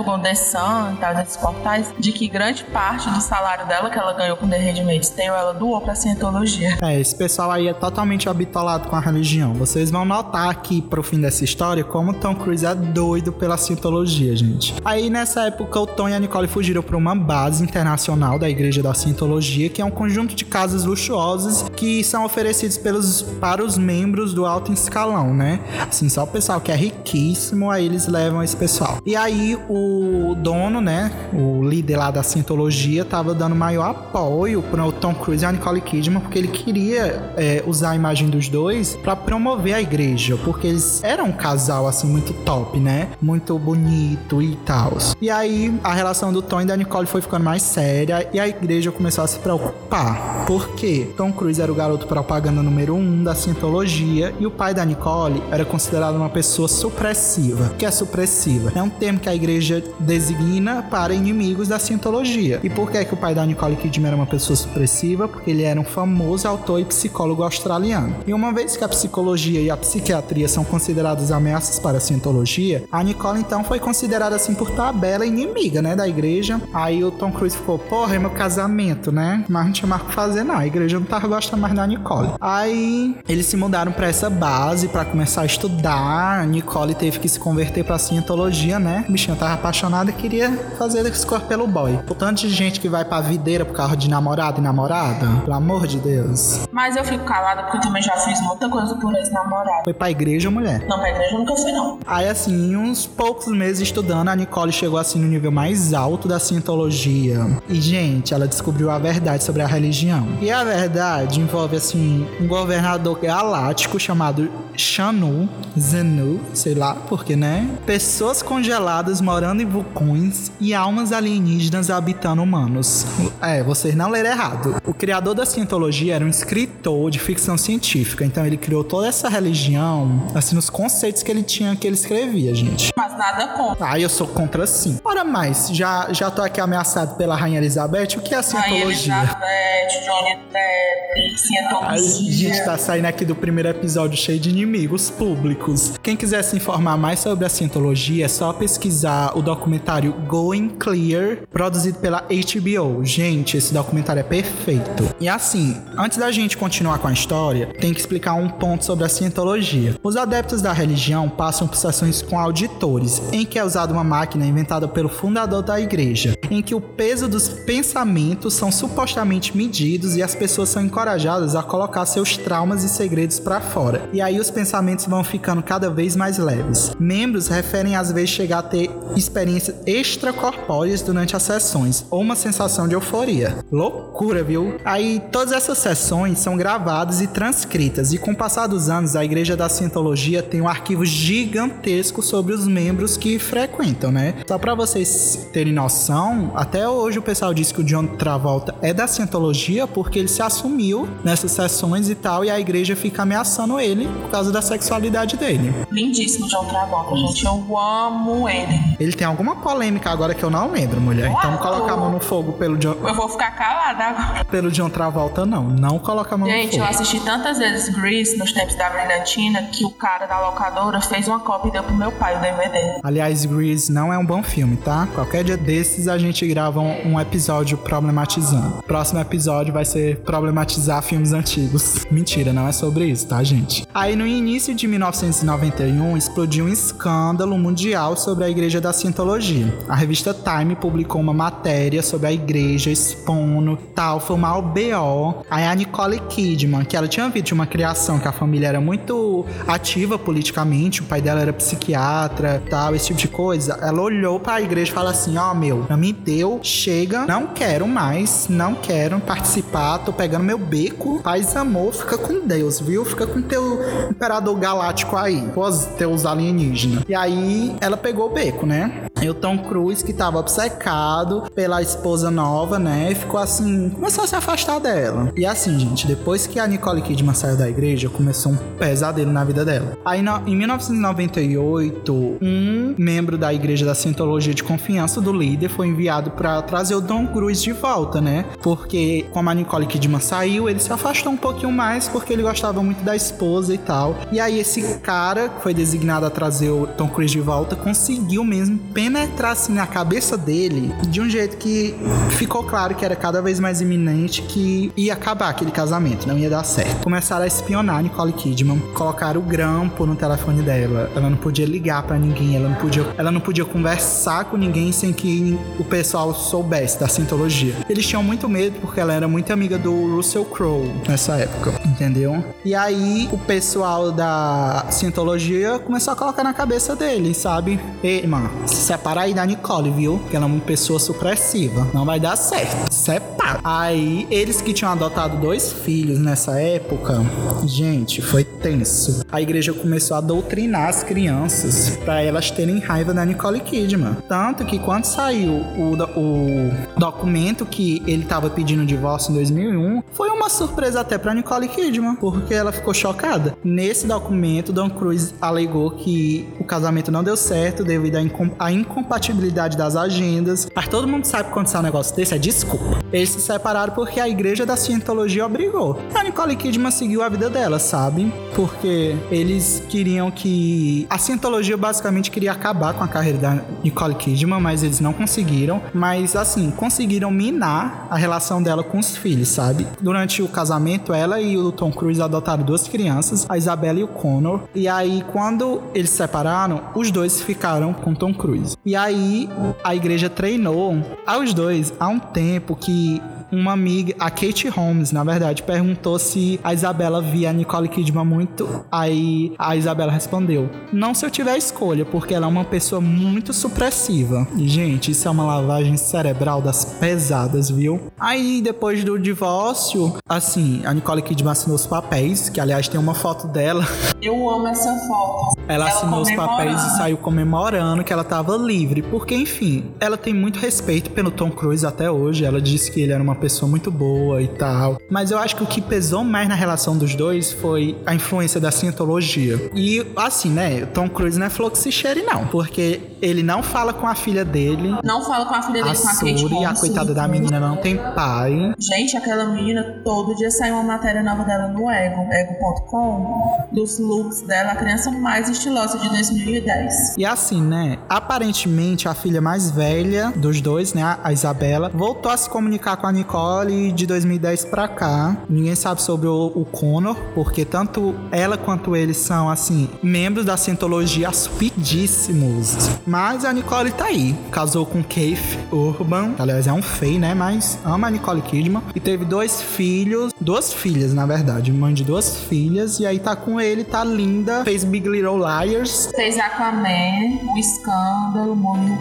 pegou The Sun e tal, desses portais, de que grande parte do salário dela que ela ganhou com The Handmaid's Tale, ela doou pra Cientologia.
Esse pessoal aí é totalmente habitolado com a religião. Vocês vão notar aqui pro fim dessa história como Tom Cruise é doido pela Cientologia, gente. Aí nessa época o Tom e a Nicole fugiram para uma base internacional da Igreja da Cientologia, que é um conjunto de casas luxuosas que são oferecidos para os membros do alto escalão, né? Assim, só o pessoal que é riquíssimo, aí eles levam esse pessoal. E aí o dono, né, o líder lá da Cientologia, tava dando maior apoio pro Tom Cruise e a Nicole Kidman, porque ele queria usar a imagem dos dois para promover a igreja, porque eles eram um casal, assim, muito top, né? Muito bonito e tal. E aí a relação do Tom e da Nicole foi ficando mais séria e a igreja começou a se preocupar. Por quê? Tom Cruise era o garoto propaganda número 1 da Cientologia e o pai da Nicole era considerado uma pessoa supressiva. O que é supressiva? É um termo que a igreja designa para inimigos da Cientologia. E por que o pai da Nicole Kidman era uma pessoa supressiva? Porque ele era um famoso autor e psicólogo australiano. E uma vez que a psicologia e a psiquiatria são consideradas ameaças para a Cientologia, a Nicole então foi considerada assim por tabela inimiga, né, da igreja. Aí o Tom Cruise ficou, porra, é meu casamento, né? Mas não tinha mais o que fazer não, a igreja não tava gostando mais da Nicole. Aí eles se mudaram pra essa base pra começar a estudar. A Nicole teve que se converter pra Cientologia, né? O bichinho tava apaixonado e queria fazer esse corpo pelo boy. O tanto de gente que vai pra videira por causa de namorado e namorada, pelo amor de Deus.
Mas eu fico calada porque eu também já fiz muita coisa por ex-namorado.
Foi pra igreja, mulher?
Não, pra igreja eu nunca fui, não.
Aí assim, em uns poucos meses estudando, a Nicole chegou assim no nível mais alto da Cientologia. E, gente, ela descobriu a verdade sobre a religião. E a verdade envolve, assim, um governador galáctico chamado Xanu, Zenu, sei lá porque, né? Pessoas congeladas morando em vulcões e almas alienígenas habitando humanos. Vocês não leram errado. O criador da Cientologia era um escritor de ficção científica, então ele criou toda essa religião, assim, nos conceitos que ele tinha, que ele escrevia, gente.
Mas nada contra.
Eu sou contra sim. Ora mais, já tô aqui ameaçado pela Rainha Elizabeth, o que é a Cientologia?
Rainha Elizabeth, Johnny Depp, Cientologia.
A gente tá saindo aqui do primeiro episódio cheio de inimigos públicos. Quem quiser se informar mais sobre a Cientologia, é só pesquisar o documentário Going Clear, produzido pela HBO. Gente, esse documentário é perfeito. E assim, antes da gente continuar com a história, tem que explicar um ponto sobre a Cientologia. Os adeptos da religião passam por sessões com auditores, em que é usada uma máquina inventada pelo fundador da igreja, em que o peso dos pensamentos são supostamente medidos e as pessoas são encorajadas a colocar seus traumas e segredos para fora. E aí os pensamentos vão ficando cada vez mais leves. Membros referem às vezes chegar a ter experiências extracorpóreas durante as sessões, ou uma sensação de euforia. Loucura, viu? Aí todas essas sessões são gravadas e transcritas, e com o passar dos anos, a igreja da Cientologia tem um arquivo gigantesco sobre os membros que frequentam, né? Só pra vocês terem noção, até hoje o pessoal diz que o John Travolta é da Cientologia porque ele se assumiu nessas sessões e tal, e a igreja fica ameaçando ele por causa da sexualidade dele.
Lindíssimo John Travolta, gente. Eu amo ele.
Ele tem alguma polêmica agora que eu não lembro, mulher. Então não coloca a mão no fogo pelo John...
Eu vou ficar calada agora.
Pelo John Travolta, não. Não coloca a mão no fogo.
Gente, eu assisti tantas vezes Grease nos tempos da Brilhantina que o cara da locadora fez uma cópia e deu pro meu pai o DVD.
Aliás, Grease não é um bom filme, tá? Qualquer dia desses a gente grava um episódio problematizando. Próximo episódio vai ser problematizar filmes antigos. Mentira, não é sobre isso, tá, gente? Aí no início de 1991 explodiu um escândalo mundial sobre a igreja da Cientologia. A revista Time publicou uma matéria sobre a igreja expondo tal, foi uma BO. Aí a Nicole Kidman, que ela tinha vindo de uma criação que a família era muito ativa politicamente, o pai dela era psiquiatra, tal, esse tipo de coisa, ela olhou pra igreja e falou assim, não me deu, chega, não quero mais, não quero participar, tô pegando meu beco, faz amor, fica com Deus, viu? Fica com teu imperador galáctico aí, os teus alienígenas. E aí ela pegou o beco, né? E o Tom Cruise, que tava obcecado pela esposa nova, né? Ficou assim, começou a se afastar dela. E assim, gente, depois que a Nicole Kidman saiu da igreja, começou um pesadelo na vida dela. Aí em 1998, um membro da igreja da Cientologia de confiança do líder foi enviado pra trazer o Tom Cruise de volta, né? Porque como a Nicole Kidman saiu, ele se afastou um pouquinho mais porque ele gostava muito da esposa e tal. E aí esse cara que foi designado a trazer o Tom Cruise de volta conseguiu mesmo penetrar penetrar assim na cabeça dele de um jeito que ficou claro que era cada vez mais iminente que ia acabar aquele casamento, não ia dar certo. Começaram a espionar a Nicole Kidman, colocaram o grampo no telefone dela. Ela não podia ligar pra ninguém, ela não podia conversar com ninguém sem que o pessoal soubesse da Scientologia. Eles tinham muito medo porque ela era muito amiga do Russell Crowe nessa época, entendeu? E aí o pessoal da Scientologia começou a colocar na cabeça dele, sabe? Ei, mano, se separa aí da Nicole, viu? Porque ela é uma pessoa supressiva, não vai dar certo. Separa. Aí eles que tinham adotado 2 filhos nessa época, gente, foi tenso. A igreja começou a doutrinar as crianças pra elas terem raiva da Nicole Kidman. Tanto que quando saiu o documento que ele tava pedindo divórcio em 2001, foi uma surpresa até pra Nicole Kidman, porque ela ficou chocada. Nesse documento, Tom Cruise alegou que o casamento não deu certo devido à incompatibilidade das agendas. Mas todo mundo sabe que quando sai um negócio desse é desculpa. Eles se separaram porque a igreja da Scientologia obrigou. A Nicole Kidman seguiu a vida dela, sabe? Porque eles queriam que... A Scientologia basicamente queria acabar com a carreira da Nicole Kidman, mas eles não conseguiram. Mas, assim, conseguiram minar a relação dela com os filhos, sabe? Durante o casamento, ela e o Tom Cruise adotaram 2 crianças, a Isabella e o Connor. E aí, quando eles se separaram, os 2 ficaram com Tom Cruise. E aí, a igreja treinou aos 2 há um tempo que uma amiga, a Kate Holmes, na verdade, perguntou se a Isabella via a Nicole Kidman muito. Aí a Isabella respondeu: não se eu tiver escolha, porque ela é uma pessoa muito supressiva. E, gente, isso é uma lavagem cerebral das pesadas, viu? Aí, depois do divórcio, assim, a Nicole Kidman assinou os papéis, que aliás tem uma foto dela.
Eu amo essa foto.
Ela assinou os papéis e saiu comemorando que ela tava livre. Porque, enfim, ela tem muito respeito pelo Tom Cruise até hoje. Ela disse que ele era uma pessoa muito boa e tal. Mas eu acho que o que pesou mais na relação dos 2 foi a influência da Scientologia. E, assim, né, o Tom Cruise não é flor que se cheire, não. Porque ele não fala com a filha dele.
Não fala com a filha dele, com a Kate Holmes.
E a coitada da menina não tem pai.
Gente, aquela menina, todo dia sai uma matéria nova dela no ego.com, dos looks dela, a criança mais estilosa de 2010.
E assim, né, aparentemente a filha mais velha dos 2, né, a Isabella, voltou a se comunicar com a Nicole de 2010 pra cá. Ninguém sabe sobre o Connor, porque tanto ela quanto ele são, assim, membros da Scientologia assupidíssimos. Mas a Nicole tá aí. Casou com Keith Urban, que aliás é um feio, né, mas ama a Nicole Kidman. E teve 2 filhos, 2 filhas, na verdade, mãe de 2 filhas. E aí tá com ele, tá linda. Fez Big Little Liars.
Fez Aquaman, O Escândalo, Moulin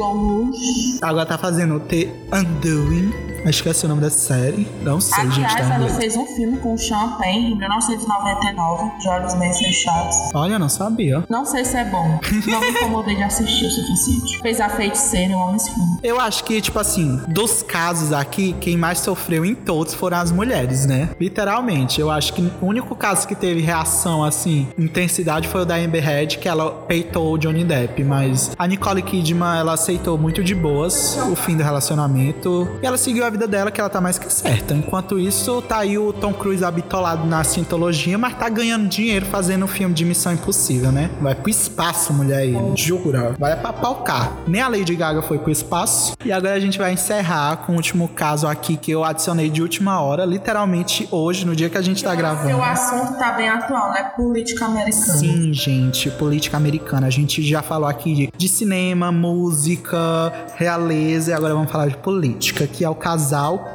Rouge.
Agora tá fazendo The Undoing. Acho que esse é o nome da série. Não sei, gente.
Aliás, ela fez um filme com Sean Penn em 1999, de Olhos Bem Fechados.
Olha, não sabia.
Não sei se é bom. Não me incomodei de assistir o suficiente. Fez A Feiticeira, eu amo esse filme.
Eu acho que, tipo assim, dos casos aqui, quem mais sofreu em todos foram as mulheres, né? Literalmente. Eu acho que o único caso que teve reação, assim, intensidade foi o da Amber Heard, que ela peitou o Johnny Depp. Mas a Nicole Kidman, ela aceitou muito de boas o fim do relacionamento. E ela seguiu a vida dela, que ela tá mais que certa. Enquanto isso, tá aí o Tom Cruise habitolado na Scientologia, mas tá ganhando dinheiro fazendo um filme de Missão Impossível, né? Vai pro espaço, mulher, ele. Jura. Vai papaucar. Nem a Lady Gaga foi pro espaço. E agora a gente vai encerrar com o último caso aqui que eu adicionei de última hora, literalmente hoje, no dia que a gente tá gravando.
O assunto tá bem atual, né? Política americana.
Sim, gente, política americana. A gente já falou aqui de cinema, música, realeza, e agora vamos falar de política, que é o casal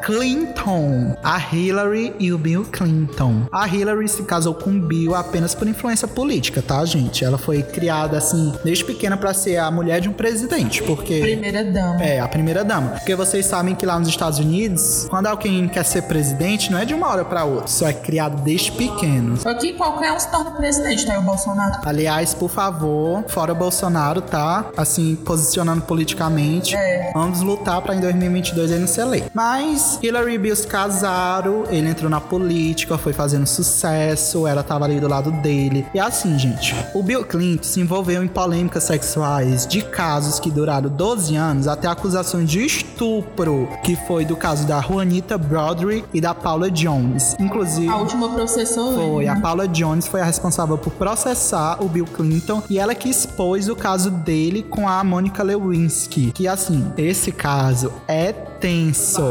Clinton, a Hillary e o Bill Clinton. A Hillary se casou com o Bill apenas por influência política, tá, gente? Ela foi criada, assim, desde pequena pra ser a mulher de um presidente, porque...
Primeira dama.
É, a primeira dama. Porque vocês sabem que lá nos Estados Unidos, quando alguém quer ser presidente, não é de uma hora pra outra, só é criado desde pequeno.
Aqui qualquer um se torna presidente, tá? O Bolsonaro.
Aliás, por favor, fora Bolsonaro, tá? Assim, posicionando politicamente. Vamos lutar pra em 2022 ele não ser eleito. Mas Hillary e Bill se casaram, ele entrou na política, foi fazendo sucesso, ela tava ali do lado dele. E assim, gente, o Bill Clinton se envolveu em polêmicas sexuais de casos que duraram 12 anos até acusações de estupro, que foi do caso da Juanita Broaddrick e da Paula Jones. Inclusive,
a última processou
foi,
né?
A Paula Jones foi a responsável por processar o Bill Clinton e ela que expôs o caso dele com a Monica Lewinsky. Que assim, esse caso é tenso.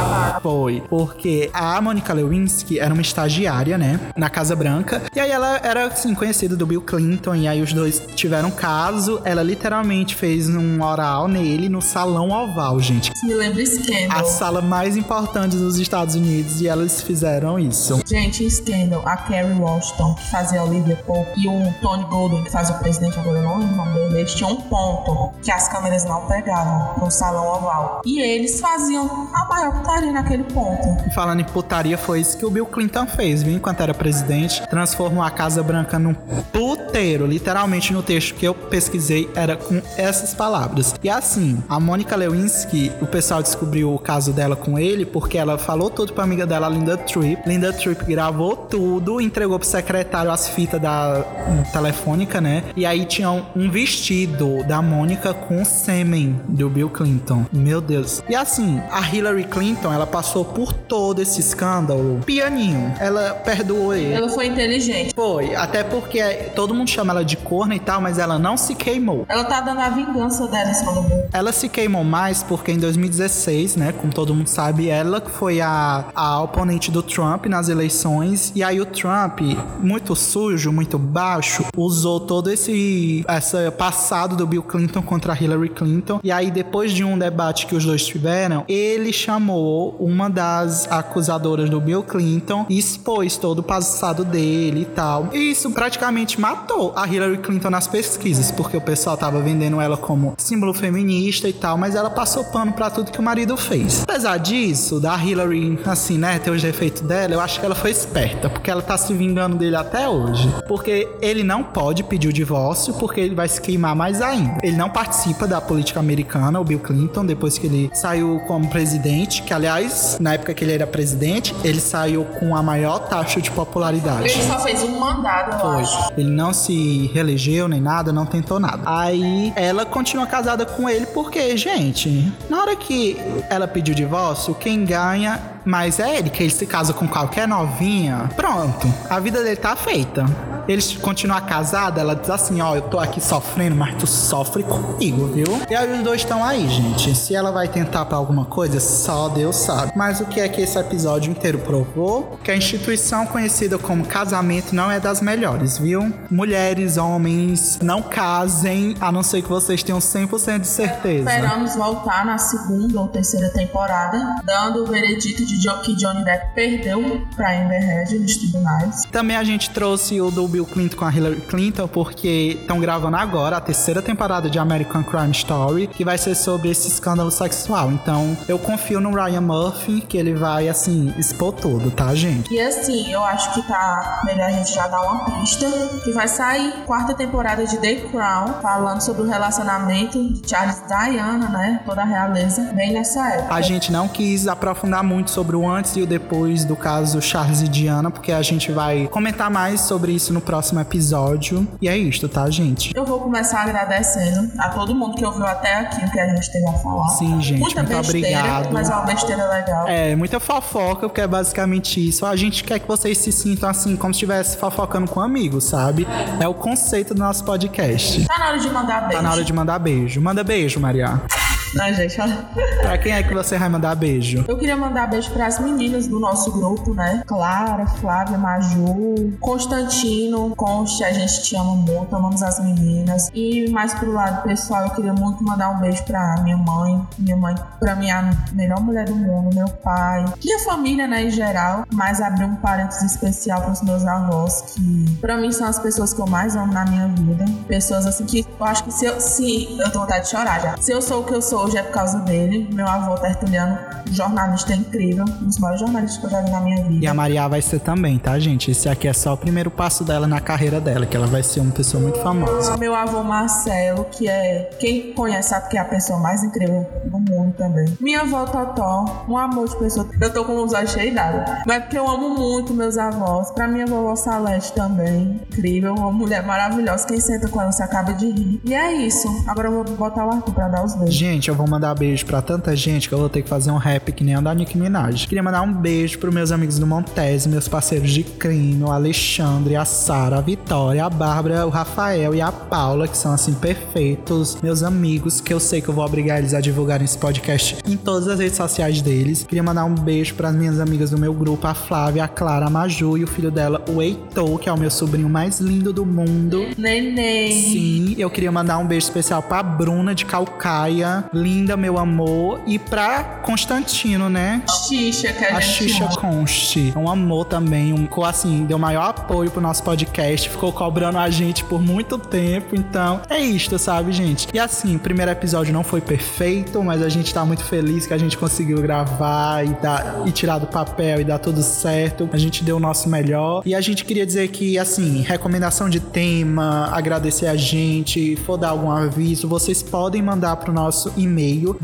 Foi, porque a Monica Lewinsky era uma estagiária, né, na Casa Branca, e aí ela era, assim, conhecida do Bill Clinton, e aí os dois tiveram um caso, ela literalmente fez um oral nele no Salão Oval, gente.
Isso me lembra Scandal.
A sala mais importante dos Estados Unidos, e elas fizeram isso.
Gente, Scandal, a Kerry Washington, que fazia a Olivia Pope, e o Tony Golden, que fazia o presidente, agora eu não lembro o nome dele, eles tinham um ponto que as câmeras não pegavam no Salão Oval. E eles faziam a maior putaria naquele ponto.
E falando em putaria, foi isso que o Bill Clinton fez, viu? Enquanto era presidente, transformou a Casa Branca num puteiro. Literalmente, no texto que eu pesquisei, era com essas palavras. E assim, a Monica Lewinsky, o pessoal descobriu o caso dela com ele porque ela falou tudo pra amiga dela, Linda Tripp. Linda Tripp gravou tudo, entregou pro secretário as fitas da telefônica, né? E aí tinha um vestido da Mônica com o sêmen do Bill Clinton. Meu Deus. E assim, a Hillary Clinton, ela passou por todo esse escândalo pianinho. Ela perdoou ele.
Ela foi inteligente.
Foi, até porque todo mundo chama ela de corna e tal, mas ela não se queimou.
Ela tá dando a vingança dela em cima do Bill.
Ela se queimou mais porque em 2016, né, como todo mundo sabe, ela foi a oponente do Trump nas eleições, e aí o Trump, muito sujo, muito baixo, usou todo esse passado do Bill Clinton contra a Hillary Clinton, e aí depois de um debate que os dois tiveram, ele chamou uma das acusadoras do Bill Clinton e expôs todo o passado dele e tal. E isso praticamente matou a Hillary Clinton nas pesquisas, porque o pessoal tava vendendo ela como símbolo feminista e tal, mas ela passou pano pra tudo que o marido fez. Apesar disso, da Hillary, assim, né, ter os defeitos dela, eu acho que ela foi esperta, porque ela tá se vingando dele até hoje. Porque ele não pode pedir o divórcio, porque ele vai se queimar mais ainda. Ele não participa da política americana, o Bill Clinton, depois que ele saiu como presidente, que aliás, na época que ele era presidente, ele saiu com a maior taxa de popularidade.
Ele só fez um mandado, eu acho.
Ele não se reelegeu nem nada, não tentou nada. Aí ela continua casada com ele porque, gente, na hora que ela pediu o divórcio, quem ganha mais é ele, que ele se casa com qualquer novinha. Pronto, a vida dele tá feita. Eles continuam casados, ela diz assim, ó, eu tô aqui sofrendo, mas tu sofre comigo, viu? E aí os dois estão aí, gente. Se ela vai tentar pra alguma coisa, só Deus sabe. Mas o que é que esse episódio inteiro provou? Que a instituição conhecida como casamento não é das melhores, viu? Mulheres, homens, não casem, a não ser que vocês tenham 100% de certeza.
Esperamos voltar na segunda ou terceira temporada, dando o veredito de que Johnny Depp perdeu pra Amber Heard nos tribunais.
Também a gente trouxe o do Bill Clinton com a Hillary Clinton, porque estão gravando agora a terceira temporada de American Crime Story, que vai ser sobre esse escândalo sexual. Então, eu confio no Ryan Murphy, que ele vai, assim, expor tudo, tá, gente?
E assim, eu acho que tá melhor a gente já dar uma pista, que vai sair quarta temporada de The Crown, falando sobre o relacionamento de Charles e Diana, né? Toda a realeza, bem nessa época.
A gente não quis aprofundar muito sobre o antes e o depois do caso Charles e Diana, porque a gente vai comentar mais sobre isso no próximo episódio. E é isto, tá, gente?
Eu vou começar agradecendo a todo mundo que ouviu até aqui o que a gente teve a falar.
Sim, gente,
muita
muito
besteira,
obrigado.
mas é uma besteira legal.
É, muita fofoca, porque é basicamente isso. A gente quer que vocês se sintam assim, como se estivesse fofocando com amigos, sabe? É o conceito do nosso podcast.
Tá na hora de mandar beijo.
Tá na hora de mandar beijo. Manda beijo, Maria.
Não, gente, olha.
Pra quem é que você vai mandar beijo?
Eu queria mandar beijo pras meninas do nosso grupo, né? Clara, Flávia, Maju, Constantino, Concha, a gente te ama muito, amamos as meninas. E mais pro lado pessoal, eu queria muito mandar um beijo pra minha mãe, pra minha melhor mulher do mundo, meu pai, minha família, né, em geral. Mas abrir um parênteses especial pros meus avós, que pra mim são as pessoas que eu mais amo na minha vida. Pessoas assim que eu acho que se eu tô com vontade de chorar já. Se eu sou o que eu sou hoje é por causa dele. Meu avô Tertuliano, jornalista incrível, um dos maiores jornalistas que eu já vi na minha vida.
E a Maria vai ser também, tá, gente? Esse aqui é só o primeiro passo dela na carreira dela, que ela vai ser uma pessoa muito famosa.
Meu avô Marcelo, que é... Quem conhece sabe que é a pessoa mais incrível do mundo também. Minha avó Totó, um amor de pessoa. Eu tô com os olhos cheios d'água. Mas é porque eu amo muito meus avós. Pra minha vovó Salete também, incrível. Uma mulher maravilhosa. Quem senta com ela se acaba de rir. E é isso. Agora eu vou botar o Arthur pra dar os beijos.
Gente, eu vou mandar beijo pra tanta gente que eu vou ter que fazer um rap que nem a da Nicki Minaj. Queria mandar um beijo pros meus amigos do Montese, meus parceiros de crime, o Alexandre, a Sara, a Vitória, a Bárbara, o Rafael e a Paula, que são assim perfeitos, meus amigos, que eu sei que eu vou obrigar eles a divulgarem esse podcast em todas as redes sociais deles. Queria mandar um beijo pras minhas amigas do meu grupo, a Flávia, a Clara, a Maju e o filho dela, o Heitor, que é o meu sobrinho mais lindo do mundo.
Neném.
Sim, eu queria mandar um beijo especial pra Bruna de Calcaia, linda, meu amor, e pra Constantino, né?
Xixa, que
A Xixa
ama.
Conste. Um amor também, ficou assim, deu maior apoio pro nosso podcast, ficou cobrando a gente por muito tempo, então é isto, sabe, gente? E assim, o primeiro episódio não foi perfeito, mas a gente tá muito feliz que a gente conseguiu gravar e tirar do papel e dar tudo certo. A gente deu o nosso melhor. E a gente queria dizer que, assim, recomendação de tema, agradecer a gente, for dar algum aviso, vocês podem mandar pro nosso e-mail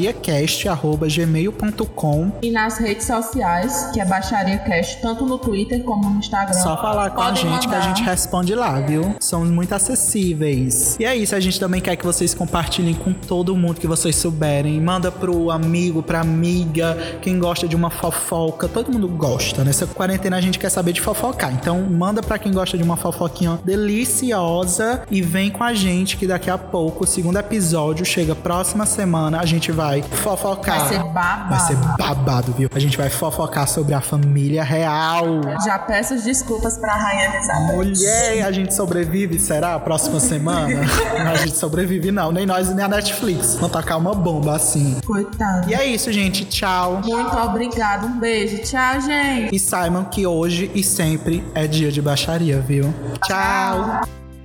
baixariacast@gmail.com.
E nas redes sociais, que é Baixaria Cast, tanto no Twitter como no Instagram.
Só falar com a
Podem
gente que a
mandar.
gente responde lá, viu? Somos muito acessíveis. E é isso, a gente também quer que vocês compartilhem com todo mundo que vocês souberem. Manda pro amigo, pra amiga, quem gosta de uma fofoca. Todo mundo gosta. Nessa quarentena a gente quer saber de fofocar. Então manda pra quem gosta de uma fofoquinha deliciosa e vem com a gente que daqui a pouco, o segundo episódio chega próxima semana, a gente vai fofocar.
Vai ser babado.
Vai ser babado, viu? A gente vai fofocar sobre a família real.
Já peço desculpas pra Rainha Elizabeth.
Mulher, a gente sobrevive, será? Próxima semana? Não, a gente sobrevive não, nem nós nem a Netflix. Vamos tacar uma bomba assim.
Coitado.
E é isso, gente. Tchau.
Muito obrigada. Um beijo. Tchau, gente.
E saibam que hoje e sempre é dia de baixaria, viu? Tchau.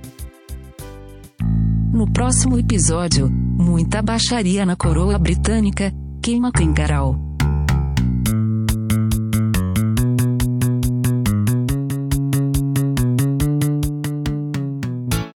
No próximo episódio, muita baixaria na coroa britânica, queima Kangaroo.